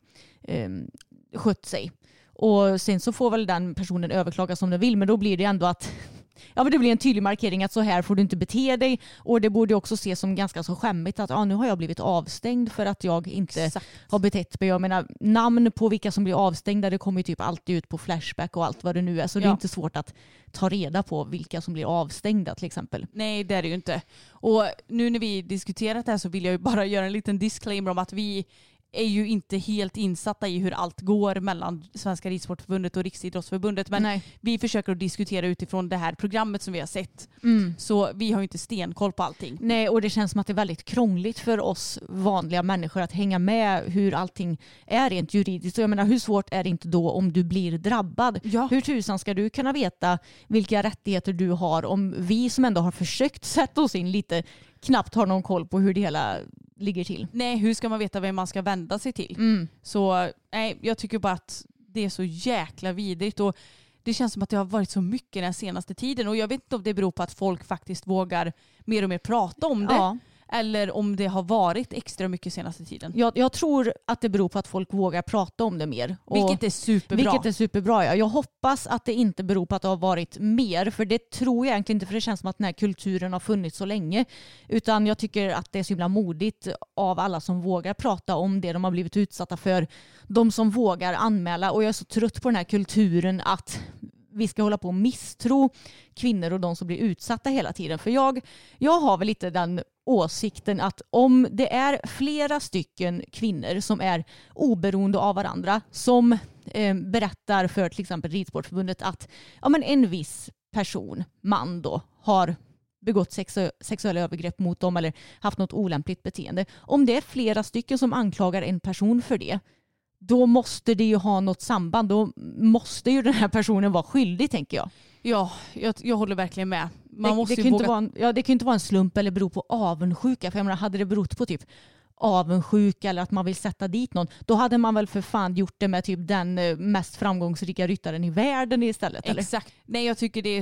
skött sig. Och sen så får väl den personen överklaga som den vill, men då blir det ändå att det blir en tydlig markering att så här får du inte bete dig, och det borde också ses som ganska så skämmigt att nu har jag blivit avstängd för att jag inte har betett mig. Jag menar, namn på vilka som blir avstängda, det kommer ju typ alltid ut på Flashback och allt vad det nu är, så det är inte svårt att ta reda på vilka som blir avstängda till exempel.
Nej, det är det ju inte. Och nu när vi diskuterat det här så vill jag ju bara göra en liten disclaimer om att vi är ju inte helt insatta i hur allt går mellan Svenska Ridsportförbundet och Riksidrottsförbundet. Men vi försöker att diskutera utifrån det här programmet som vi har sett. Så vi har ju inte stenkoll på allting.
Nej, och det känns som att det är väldigt krångligt för oss vanliga människor att hänga med hur allting är rent juridiskt. Så jag menar, hur svårt är det inte då om du blir drabbad?
Ja.
Hur tusan ska du kunna veta vilka rättigheter du har om vi som ändå har försökt sätta oss in lite knappt har någon koll på hur det hela ligger till?
Nej, hur ska man veta vem man ska vända sig till? Så jag tycker bara att det är så jäkla vidrigt, och det känns som att det har varit så mycket den senaste tiden, och jag vet inte om det beror på att folk faktiskt vågar mer och mer prata om det. Eller om det har varit extra mycket senaste tiden.
Jag tror att det beror på att folk vågar prata om det mer.
Vilket är superbra.
Vilket är superbra, ja. Jag hoppas att det inte beror på att det har varit mer. För det tror jag egentligen inte. För det känns som att den här kulturen har funnits så länge. Utan jag tycker att det är så himla modigt av alla som vågar prata om det de har blivit utsatta för. De som vågar anmäla. Och jag är så trött på den här kulturen att vi ska hålla på och misstro kvinnor och de som blir utsatta hela tiden. För jag har väl lite den åsikten att om det är flera stycken kvinnor som är oberoende av varandra som berättar för till exempel Ridsportförbundet att en viss person, man då, har begått sexuella övergrepp mot dem eller haft något olämpligt beteende. Om det är flera stycken som anklagar en person för det, då måste det ju ha något samband. Då måste ju den här personen vara skyldig, tänker jag.
Ja, jag håller verkligen med.
Det kan ju inte vara en slump eller bero på avundsjuka. För jag menar, hade det berott på typ avundsjuka eller att man vill sätta dit någon, då hade man väl för fan gjort det med typ den mest framgångsrika ryttaren i världen istället. Eller?
Exakt. Nej, jag tycker det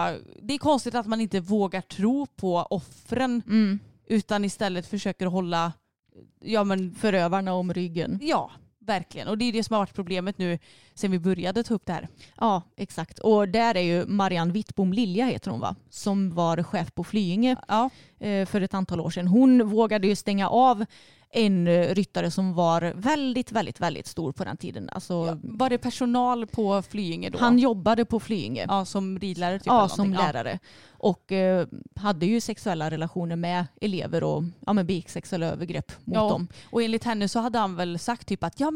är konstigt att man inte vågar tro på offren utan istället försöker hålla
förövarna om ryggen.
Ja, verkligen. Och det är det som har varit problemet nu sen vi började ta upp det här.
Ja, exakt. Och där är ju Marianne Wittbom Lilja, heter hon va? Som var chef på Flyinge för ett antal år sedan. Hon vågade ju stänga av en ryttare som var väldigt, väldigt, väldigt stor på den tiden. Alltså,
var det personal på Flyinge då?
Han jobbade på Flyinge.
Ja, som ridlärare typ.
Ja, som lärare. Och hade ju sexuella relationer med elever och begick sexuella övergrepp mot dem.
Och enligt henne så hade han väl sagt typ att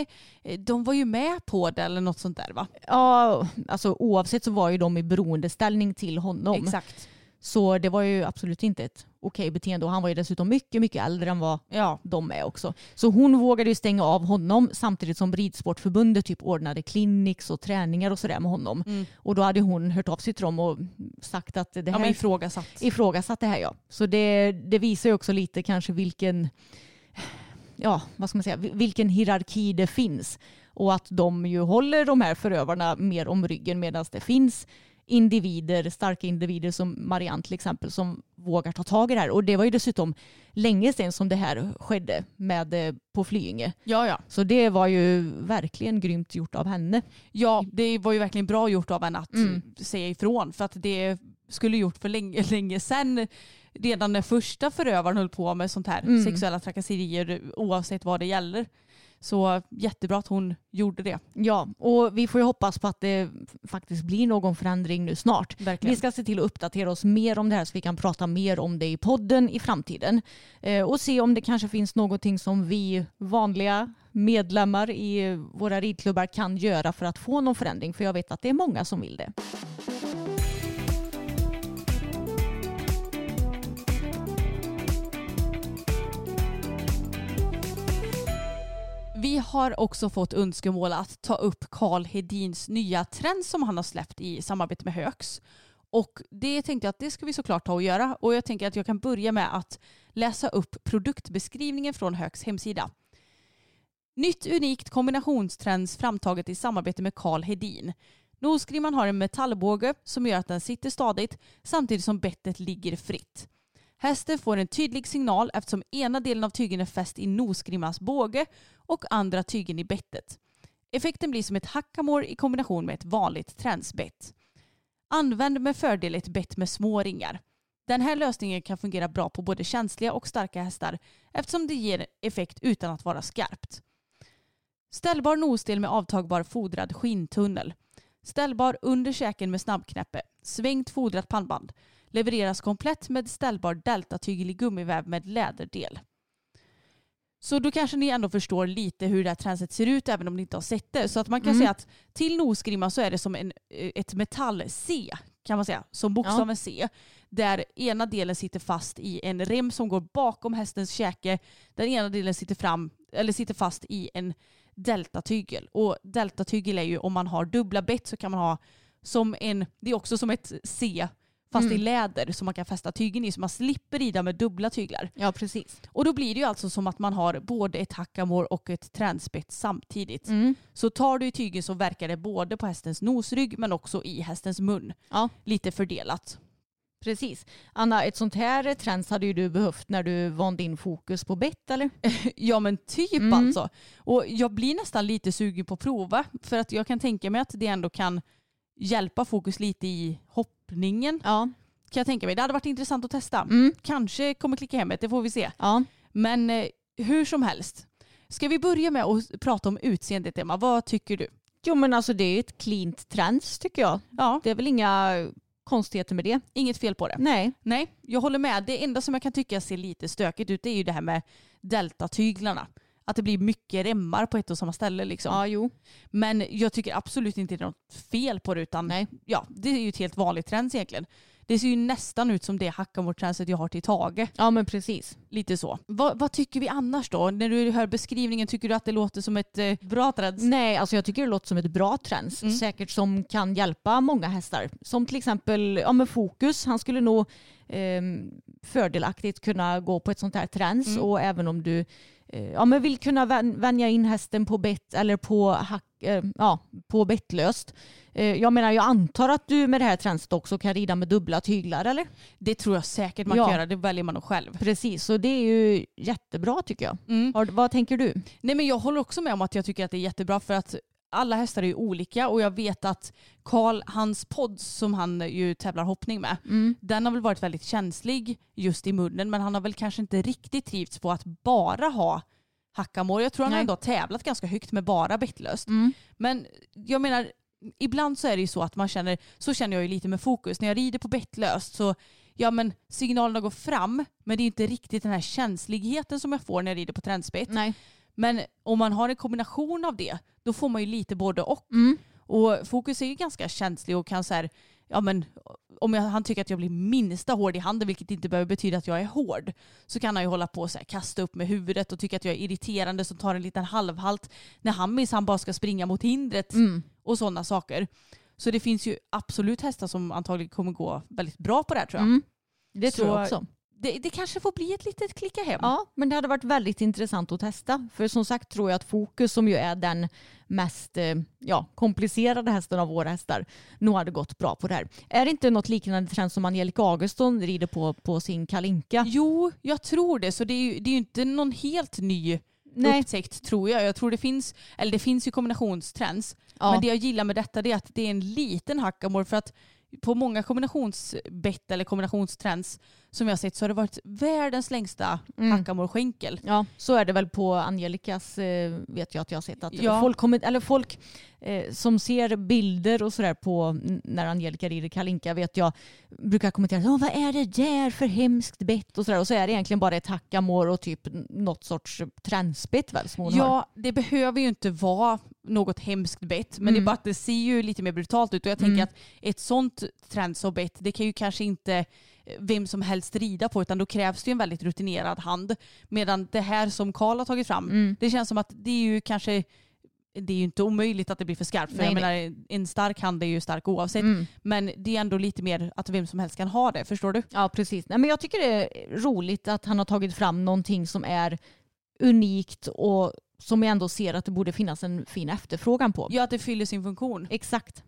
de var ju med på det eller något sånt där va?
Ja, alltså oavsett så var ju de i beroendeställning till honom.
Exakt.
Så det var ju absolut inte ett okej beteende. Och han var ju dessutom mycket, mycket äldre än vad de är också. Så hon vågade ju stänga av honom samtidigt som Ridsportförbundet typ ordnade clinics och träningar och sådär med honom. Och då hade hon hört av sig till dem och sagt att det här... ifrågasatt det här, ja. Så det visar ju också lite kanske vilken hierarki det finns. Och att de ju håller de här förövarna mer om ryggen medan det finns starka individer som Marianne till exempel som vågar ta tag i det här. Och det var ju dessutom länge sedan som det här skedde på Flyinge.
Ja.
Så det var ju verkligen grymt gjort av henne.
Ja, det var ju verkligen bra gjort av henne att säga ifrån. För att det skulle gjort för länge sedan. Redan när första förövaren höll på med sånt här sexuella trakasserier oavsett vad det gäller. Så jättebra att hon gjorde det.
Ja, och vi får ju hoppas på att det faktiskt blir någon förändring nu snart.
Verkligen.
Vi ska se till att uppdatera oss mer om det här så vi kan prata mer om det i podden i framtiden. Och se om det kanske finns någonting som vi vanliga medlemmar i våra ridklubbar kan göra för att få någon förändring. För jag vet att det är många som vill det.
Vi har också fått önskemål att ta upp Carl Hedins nya trend som han har släppt i samarbete med Högs. Och det tänkte jag att det ska vi såklart ta och göra. Och jag tänker att jag kan börja med att läsa upp produktbeskrivningen från Högs hemsida. Nytt unikt kombinationstrends framtaget i samarbete med Carl Hedin. Nosgrimman har en metallbåge som gör att den sitter stadigt samtidigt som bettet ligger fritt. Hästen får en tydlig signal eftersom ena delen av tygen är fäst i nosgrimmans båge och andra tygen i bettet. Effekten blir som ett hackamore i kombination med ett vanligt trendsbett. Använd med fördel ett bett med små ringar. Den här lösningen kan fungera bra på både känsliga och starka hästar eftersom det ger effekt utan att vara skarpt. Ställbar nosdel med avtagbar fodrad skinntunnel. Ställbar under käken med snabbknäppe. Svängt fodrat pannband. Levereras komplett med ställbar deltatygelig gummiväv med läderdel. Så då kanske ni ändå förstår lite hur det här tränset ser ut även om ni inte har sett det. Så att man kan säga att till nosgrimma så är det som ett metall-C kan man säga. Som bokstaven C. Där ena delen sitter fast i en rem som går bakom hästens käke. Den ena delen sitter fast i en deltatygel. Och deltatygel är ju om man har dubbla bett så kan man ha det är också som ett C fast i läder som man kan fästa tygen i så man slipper rida med dubbla tyglar.
Ja, precis.
Och då blir det ju alltså som att man har både ett hackamore och ett tränspett samtidigt. Så tar du i tygen så verkar det både på hästens nosrygg men också i hästens mun. Ja. Lite fördelat.
Precis. Anna, ett sånt här trends hade ju du behövt när du vann din fokus på bett, eller?
Ja, men typ alltså. Och jag blir nästan lite sugen på att prova för att jag kan tänka mig att det ändå kan hjälpa fokus lite i hoppningen. Ja. Kan jag tänka mig. Det hade varit intressant att testa. Kanske kommer klicka hem det får vi se. Ja. Men hur som helst. Ska vi börja med att prata om utseendet, Emma? Vad tycker du?
Jo, men alltså det är ett cleant trends tycker jag. Ja. Det är väl inga konstigheter med det.
Inget fel på det. Nej, jag håller med. Det enda som jag kan tycka ser lite stökigt ut är ju det här med deltatyglarna. Att det blir mycket remmar på ett och samma ställe liksom.
Ja, jo.
Men jag tycker absolut inte det är något fel på det utan ja, det är ju ett helt vanligt trend egentligen. Det ser ju nästan ut som det hackamore-trendset jag har till Tage.
Ja, men precis.
Lite så. Vad tycker vi annars då? När du hör beskrivningen, tycker du att det låter som ett bra trend?
Nej, alltså jag tycker det låter som ett bra trend. Säkert som kan hjälpa många hästar. Som till exempel med fokus. Han skulle nog fördelaktigt kunna gå på ett sånt här trends. Och även om du men vill kunna vänja in hästen på bett eller på bettlöst. Jag antar att du med det här tränset också kan rida med dubbla tyglar, eller?
Det tror jag säkert man kan göra. Det väljer man nog själv.
Precis, så det är ju jättebra tycker jag. Vad tänker du?
Nej, men jag håller också med om att jag tycker att det är jättebra för att alla hästar är ju olika och jag vet att Carl, hans podd som han ju tävlar hoppning med, den har väl varit väldigt känslig just i munnen men han har väl kanske inte riktigt trivts på att bara ha hackamore. Jag tror han ändå har tävlat ganska högt med bara bettlöst. Men jag menar, ibland så är det ju så att man känner, så känner jag ju lite med fokus. När jag rider på bettlöst så signalerna går fram men det är inte riktigt den här känsligheten som jag får när jag rider på trendspett. Nej. Men om man har en kombination av det, då får man ju lite både och. Och fokus är ju ganska känslig och kan så här, om han tycker att jag blir minsta hård i handen, vilket inte behöver betyda att jag är hård, så kan han ju hålla på och så här, kasta upp med huvudet och tycka att jag är irriterande som tar en liten halvhalt när han bara ska springa mot hindret och sådana saker. Så det finns ju absolut hästar som antagligen kommer gå väldigt bra på det här tror jag.
Det tror jag också.
Det kanske får bli ett litet klicka hem.
Ja, men det hade varit väldigt intressant att testa. För som sagt tror jag att fokus, som ju är den mest komplicerade hästen av våra hästar, nog hade gått bra på det här. Är det inte något liknande trend som Angelica Augustsson rider på sin Kalinka?
Jo, jag tror det. Så det är ju inte någon helt ny upptäckt tror jag. Jag tror det finns ju kombinationstrends. Ja. Men det jag gillar med detta är att det är en liten hackamore för att på många kombinationsbett eller kombinationstrends som jag har sett så har det varit världens längsta hackamore-skänkel.
Ja, så är det väl på Angelicas vet jag att jag har sett att folk som ser bilder och sådär på när Angelica rider Kalinka vet jag brukar kommentera vad är det där för hemskt bett och sådär, och så är det egentligen bara ett hackamore och typ något sorts trendspett väl som hon har.
Det behöver ju inte vara något hemskt bett men det är bara att det ser ju lite mer brutalt ut och jag tänker att ett sånt trends och bett det kan ju kanske inte vem som helst rida på utan då krävs det ju en väldigt rutinerad hand medan det här som Carl har tagit fram det känns som att det är ju kanske det är ju inte omöjligt att det blir för skarpt för jag menar en stark hand är ju stark oavsett men det är ändå lite mer att vem som helst kan ha det, förstår du?
Ja precis, men jag tycker det är roligt att han har tagit fram någonting som är unikt och som jag ändå ser att det borde finnas en fin efterfrågan på.
Ja, att det fyller sin funktion.
Exakt.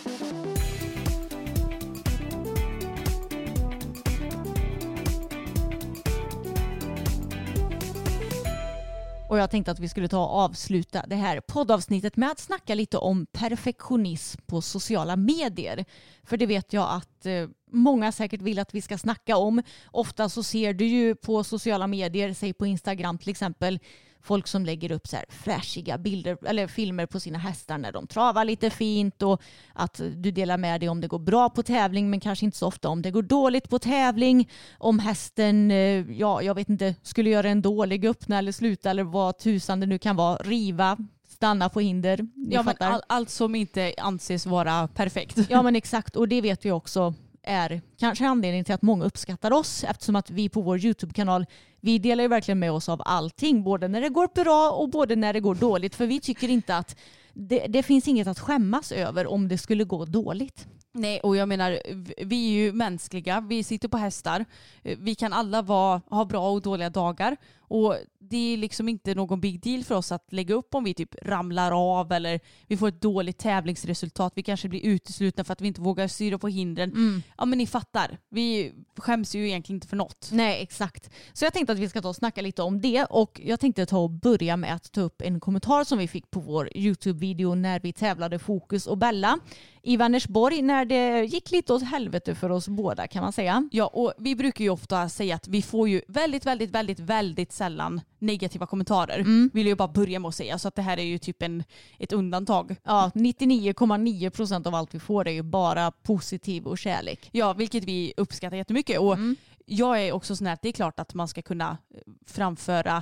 Och jag tänkte att vi skulle ta och avsluta det här poddavsnittet med att snacka lite om perfektionism på sociala medier. För det vet jag att många säkert vill att vi ska snacka om. Ofta så ser du ju på sociala medier, säg på Instagram till exempel, folk som lägger upp så här flashiga bilder eller filmer på sina hästar när de travar lite fint, och att du delar med dig om det går bra på tävling men kanske inte så ofta om det går dåligt på tävling. Om hästen, jag vet inte, skulle göra en dålig öppna eller sluta eller vad tusan det nu kan vara, riva, stanna på hinder.
Ja, men allt som inte anses vara perfekt.
Ja men exakt, och det vet vi också är kanske anledningen till att många uppskattar oss, eftersom att vi på vår YouTube-kanal, vi delar ju verkligen med oss av allting, både när det går bra och både när det går dåligt, för vi tycker inte att det finns inget att skämmas över om det skulle gå dåligt.
Nej, och jag menar, vi är ju mänskliga, vi sitter på hästar, vi kan alla ha bra och dåliga dagar, och det är liksom inte någon big deal för oss att lägga upp om vi typ ramlar av eller vi får ett dåligt tävlingsresultat, vi kanske blir uteslutna för att vi inte vågar styra på hindren. Ja men ni fattar, vi skäms ju egentligen inte för något.
Nej, exakt. Så jag tänkte att vi ska ta och snacka lite om det, och jag tänkte ta och börja med att ta upp en kommentar som vi fick på vår YouTube-video när vi tävlade Fokus och Bella i Vänersborg, när det gick lite åt helvete för oss båda kan man säga.
Ja, och vi brukar ju ofta säga att vi får ju väldigt sällan negativa kommentarer. Vill jag bara börja med att säga, så att det här är ju typ ett undantag.
Ja, 99,9% av allt vi får är ju bara positiv och kärlek.
Ja, vilket vi uppskattar jättemycket. Och jag är också sån här att det är klart att man ska kunna framföra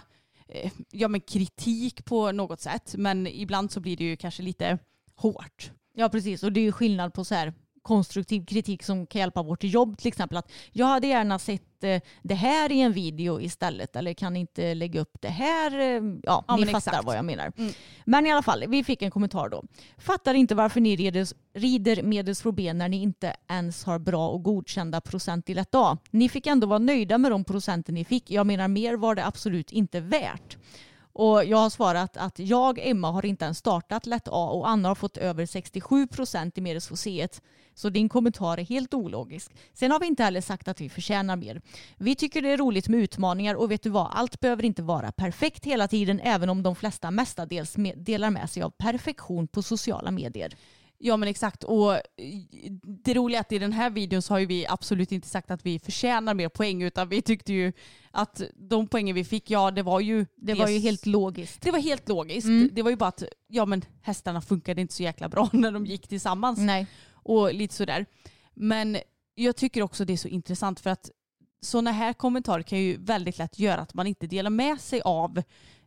kritik på något sätt, men ibland så blir det ju kanske lite hårt.
Ja, precis. Och det är ju skillnad på så här konstruktiv kritik som kan hjälpa vårt jobb, till exempel att jag hade gärna sett det här i en video istället, eller kan inte lägga upp det här. Ja ni fattar exakt vad jag menar. Men i alla fall, vi fick en kommentar då. Fattar inte varför ni rider medelsproblem när ni inte ens har bra och godkända procent i lätt A. Ni fick ändå vara nöjda med de procenten ni fick. Jag menar, mer var det absolut inte värt. Och jag har svarat att Emma har inte ens startat lätt A och Anna har fått över 67% i medelsfoseet. Så din kommentar är helt ologisk. Sen har vi inte heller sagt att vi förtjänar mer. Vi tycker det är roligt med utmaningar, och vet du vad, allt behöver inte vara perfekt hela tiden, även om de flesta mestadels delar med sig av perfektion på sociala medier.
Ja men exakt, och det roliga är att i den här videon så har ju vi absolut inte sagt att vi förtjänar mer poäng, utan vi tyckte ju att de poängen vi fick, det var ju
helt logiskt.
Det var helt logiskt. Det var ju bara att hästarna funkade inte så jäkla bra när de gick tillsammans.
Nej.
Och lite sådär. Men jag tycker också det är så intressant, för att sådana här kommentarer kan ju väldigt lätt göra att man inte delar med sig av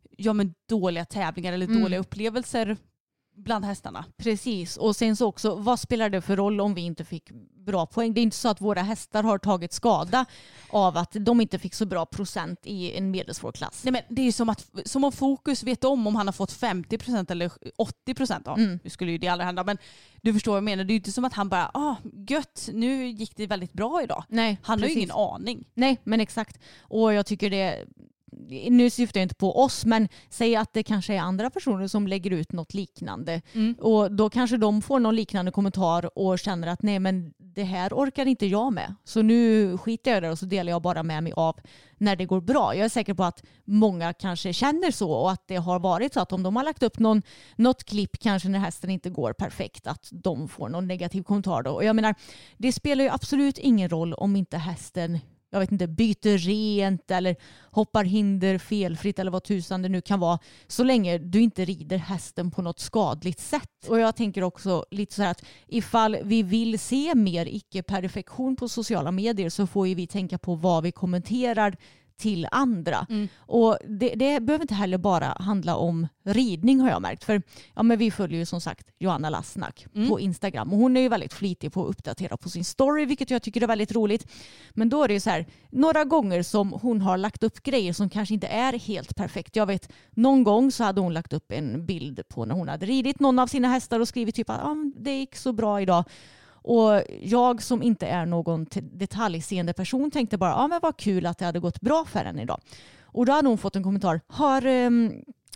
dåliga tävlingar eller dåliga upplevelser bland hästarna.
Precis, och sen så också, vad spelar det för roll om vi inte fick bra poäng? Det är inte så att våra hästar har tagit skada av att de inte fick så bra procent i en medelsvår klass.
Nej, men det är ju som om Fokus vet om han har fått 50% eller 80%. Ja, nu skulle ju det aldrig hända, men du förstår vad jag menar. Det är ju inte som att han bara, gött, nu gick det väldigt bra idag.
Nej,
han har ju ingen aning.
Nej, men exakt. Och jag tycker det, nu syftar jag inte på oss, men säg att det kanske är andra personer som lägger ut något liknande. Och då kanske de får någon liknande kommentar och känner att nej, men det här orkar inte jag med. Så nu skiter jag där och så delar jag bara med mig av när det går bra. Jag är säker på att många kanske känner så, och att det har varit så att om de har lagt upp något klipp kanske när hästen inte går perfekt, att de får någon negativ kommentar då. Och jag menar, det spelar ju absolut ingen roll om inte hästen byter rent eller hoppar hinder felfritt eller vad tusan det nu kan vara, så länge du inte rider hästen på något skadligt sätt. Och jag tänker också lite så här att ifall vi vill se mer icke-perfektion på sociala medier, så får ju vi tänka på vad vi kommenterar till andra. Och det behöver inte heller bara handla om ridning, har jag märkt. För men vi följer ju som sagt Johanna Lassnack på Instagram, och hon är ju väldigt flitig på att uppdatera på sin story, vilket jag tycker är väldigt roligt. Men då är det ju så här, några gånger som hon har lagt upp grejer som kanske inte är helt perfekt. Jag vet, någon gång så hade hon lagt upp en bild på när hon hade ridit någon av sina hästar och skrivit typ att det gick så bra idag. Och jag som inte är någon detaljseende person tänkte bara, men vad kul att det hade gått bra för henne idag. Och då hade hon fått en kommentar.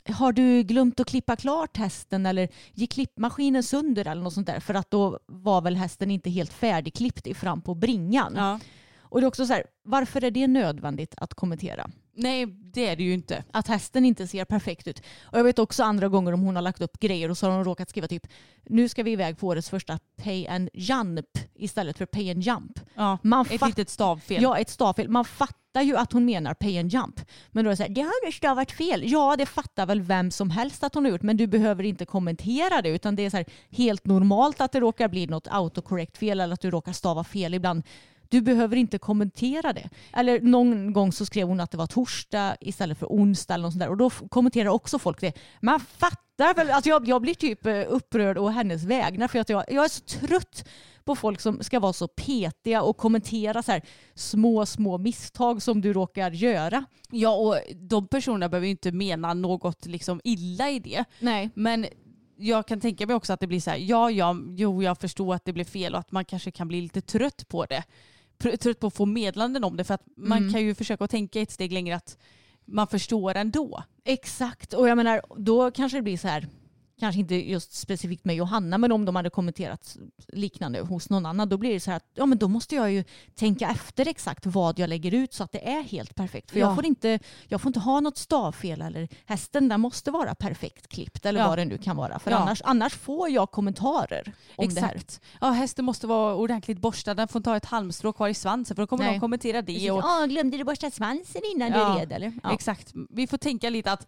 har du glömt att klippa klart hästen eller gick klippmaskinen sönder eller något sånt där, för att då var väl hästen inte helt färdigklippt fram på bringan.
Ja.
Och det är också så här, varför är det nödvändigt att kommentera?
Nej, det är det ju inte.
Att hästen inte ser perfekt ut. Och jag vet också andra gånger om hon har lagt upp grejer och så har hon råkat skriva typ, nu ska vi iväg på årets första pay and jump istället för pay and jump.
Ja, ett litet stavfel.
Ja, ett stavfel. Man fattar ju att hon menar pay and jump. Men då är det så här, det har du stavat fel. Ja, det fattar väl vem som helst att hon har gjort, men du behöver inte kommentera det, utan det är så här helt normalt att det råkar bli något autocorrect fel eller att du råkar stava fel ibland. Du behöver inte kommentera det. Eller någon gång så skrev hon att det var torsdag istället för onsdag eller något sånt där. Och då kommenterar också folk det. Man fattar väl. Alltså jag blir typ upprörd å hennes vägnar. För att jag är så trött på folk som ska vara så petiga och kommentera så här små misstag som du råkar göra.
Ja, och de personerna behöver ju inte mena något liksom illa i det.
Nej.
Men jag kan tänka mig också att det blir så här, jag förstår att det blir fel och att man kanske kan bli lite trött på det. Trött på att få meddelanden om det, för att man kan ju försöka att tänka ett steg längre att man förstår ändå.
Exakt, och jag menar, då kanske det blir så här, kanske inte just specifikt med Johanna, men om de hade kommenterat liknande hos någon annan, då blir det så här att ja, men då måste jag ju tänka efter exakt vad jag lägger ut så att det är helt perfekt. För jag får inte ha något stavfel eller hästen där måste vara perfekt klippt eller vad det nu kan vara. För annars får jag kommentarer om
exakt.
Det här.
Ja, hästen måste vara ordentligt borstad. Den får inte ha ett halmstrå kvar i svansen, för då kommer de kommentera det.
Och glömde du borsta svansen innan du red eller? Ja.
Exakt. Vi får tänka lite att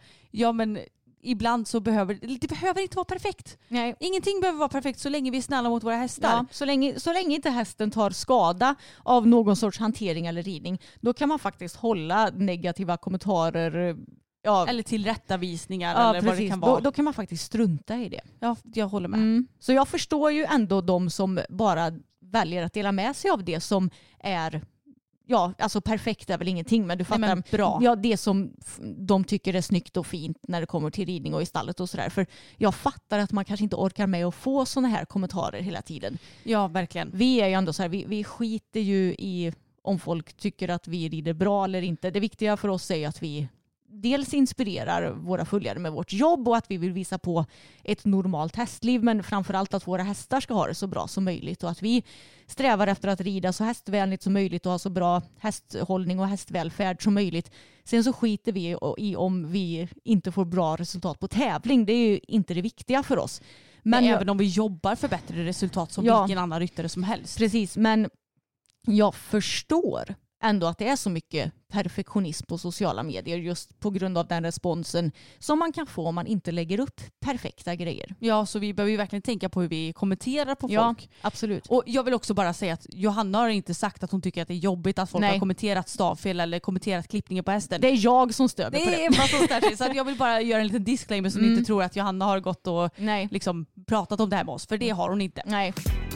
ibland så behöver det inte vara perfekt.
Nej.
Ingenting behöver vara perfekt så länge vi är snälla mot våra hästar.
Ja, så länge inte hästen tar skada av någon sorts hantering eller ridning, då kan man faktiskt hålla negativa kommentarer. Ja.
Eller tillrättavisningar eller vad det kan vara.
Då kan man faktiskt strunta i det.
Ja, jag håller med.
Så jag förstår ju ändå de som bara väljer att dela med sig av det som är... Ja, alltså perfekt är väl ingenting, men du fattar.
Men bra.
Ja, det som de tycker är snyggt och fint när det kommer till ridning och i stallet och sådär. För jag fattar att man kanske inte orkar med att få såna här kommentarer hela tiden.
Ja, verkligen.
Vi är ju ändå så här, vi skiter ju i om folk tycker att vi rider bra eller inte. Det viktiga för oss är ju att vi dels inspirerar våra följare med vårt jobb och att vi vill visa på ett normalt hästliv, men framförallt att våra hästar ska ha det så bra som möjligt och att vi strävar efter att rida så hästvänligt som möjligt och ha så bra hästhållning och hästvälfärd som möjligt. Sen så skiter vi i om vi inte får bra resultat på tävling. Det är ju inte det viktiga för oss.
Men även om vi jobbar för bättre resultat som vilken annan ryttare som helst.
Precis, men jag förstår ändå att det är så mycket perfektionism på sociala medier just på grund av den responsen som man kan få om man inte lägger upp perfekta grejer.
Ja, så vi behöver ju verkligen tänka på hur vi kommenterar på folk.
Ja, absolut.
Och jag vill också bara säga att Johanna har inte sagt att hon tycker att det är jobbigt att folk har kommenterat stavfel eller kommenterat klippningen på hästen.
Det är jag som stör mig på det.
Det är bara så stört. Så jag vill bara göra en liten disclaimer så ni inte tror att Johanna har gått och liksom pratat om det här med oss, för det har hon inte.
Nej.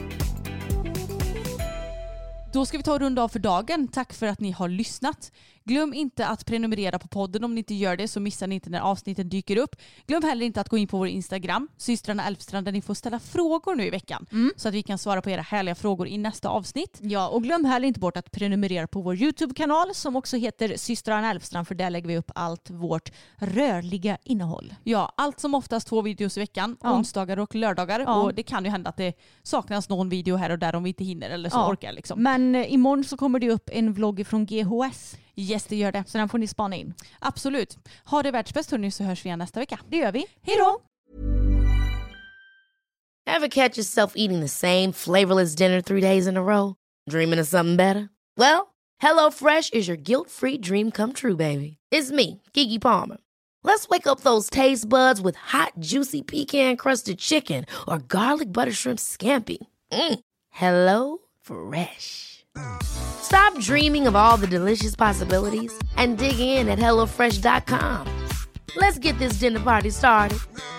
Då ska vi ta en runda av för dagen. Tack för att ni har lyssnat. Glöm inte att prenumerera på podden. Om ni inte gör det så missar ni inte när avsnitten dyker upp. Glöm heller inte att gå in på vår Instagram, Systrarna Elfstrand, där ni får ställa frågor nu i veckan. Så att vi kan svara på era härliga frågor i nästa avsnitt.
Ja, och glöm heller inte bort att prenumerera på vår YouTube-kanal som också heter Systrarna Elfstrand, för där lägger vi upp allt vårt rörliga innehåll.
Ja, allt som oftast 2 videos i veckan, onsdagar och lördagar. Ja. Och det kan ju hända att det saknas någon video här och där om vi inte hinner eller så orkar liksom.
Men imorgon så kommer det upp en vlogg från GHS.
Yes, det gör det.
Så den får ni spana in.
Absolut. Ha det världsbäst hörni, så hörs vi igen nästa vecka.
Det gör vi.
Hej då!
Ever catch yourself eating the same flavorless dinner 3 days in a row? Dreaming of something better? Well, HelloFresh is your guilt-free dream come true, baby. It's me, Keke Palmer. Let's wake up those taste buds with hot, juicy pecan-crusted chicken or garlic butter shrimp scampi. Hello Fresh. Stop dreaming of all the delicious possibilities and dig in at HelloFresh.com. Let's get this dinner party started.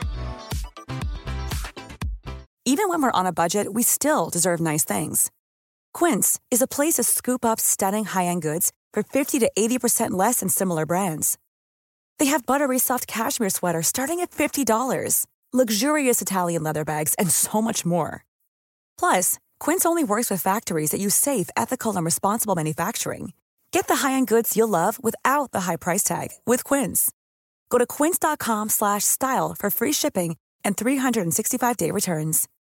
Even when we're on a budget, we still deserve nice things. Quince is a place to scoop up stunning high-end goods for 50 to 80% less than similar brands. They have buttery soft cashmere sweaters starting at $50, luxurious Italian leather bags, and so much more. Plus, Quince only works with factories that use safe, ethical, and responsible manufacturing. Get the high-end goods you'll love without the high price tag with Quince. Go to quince.com/style for free shipping and 365-day returns.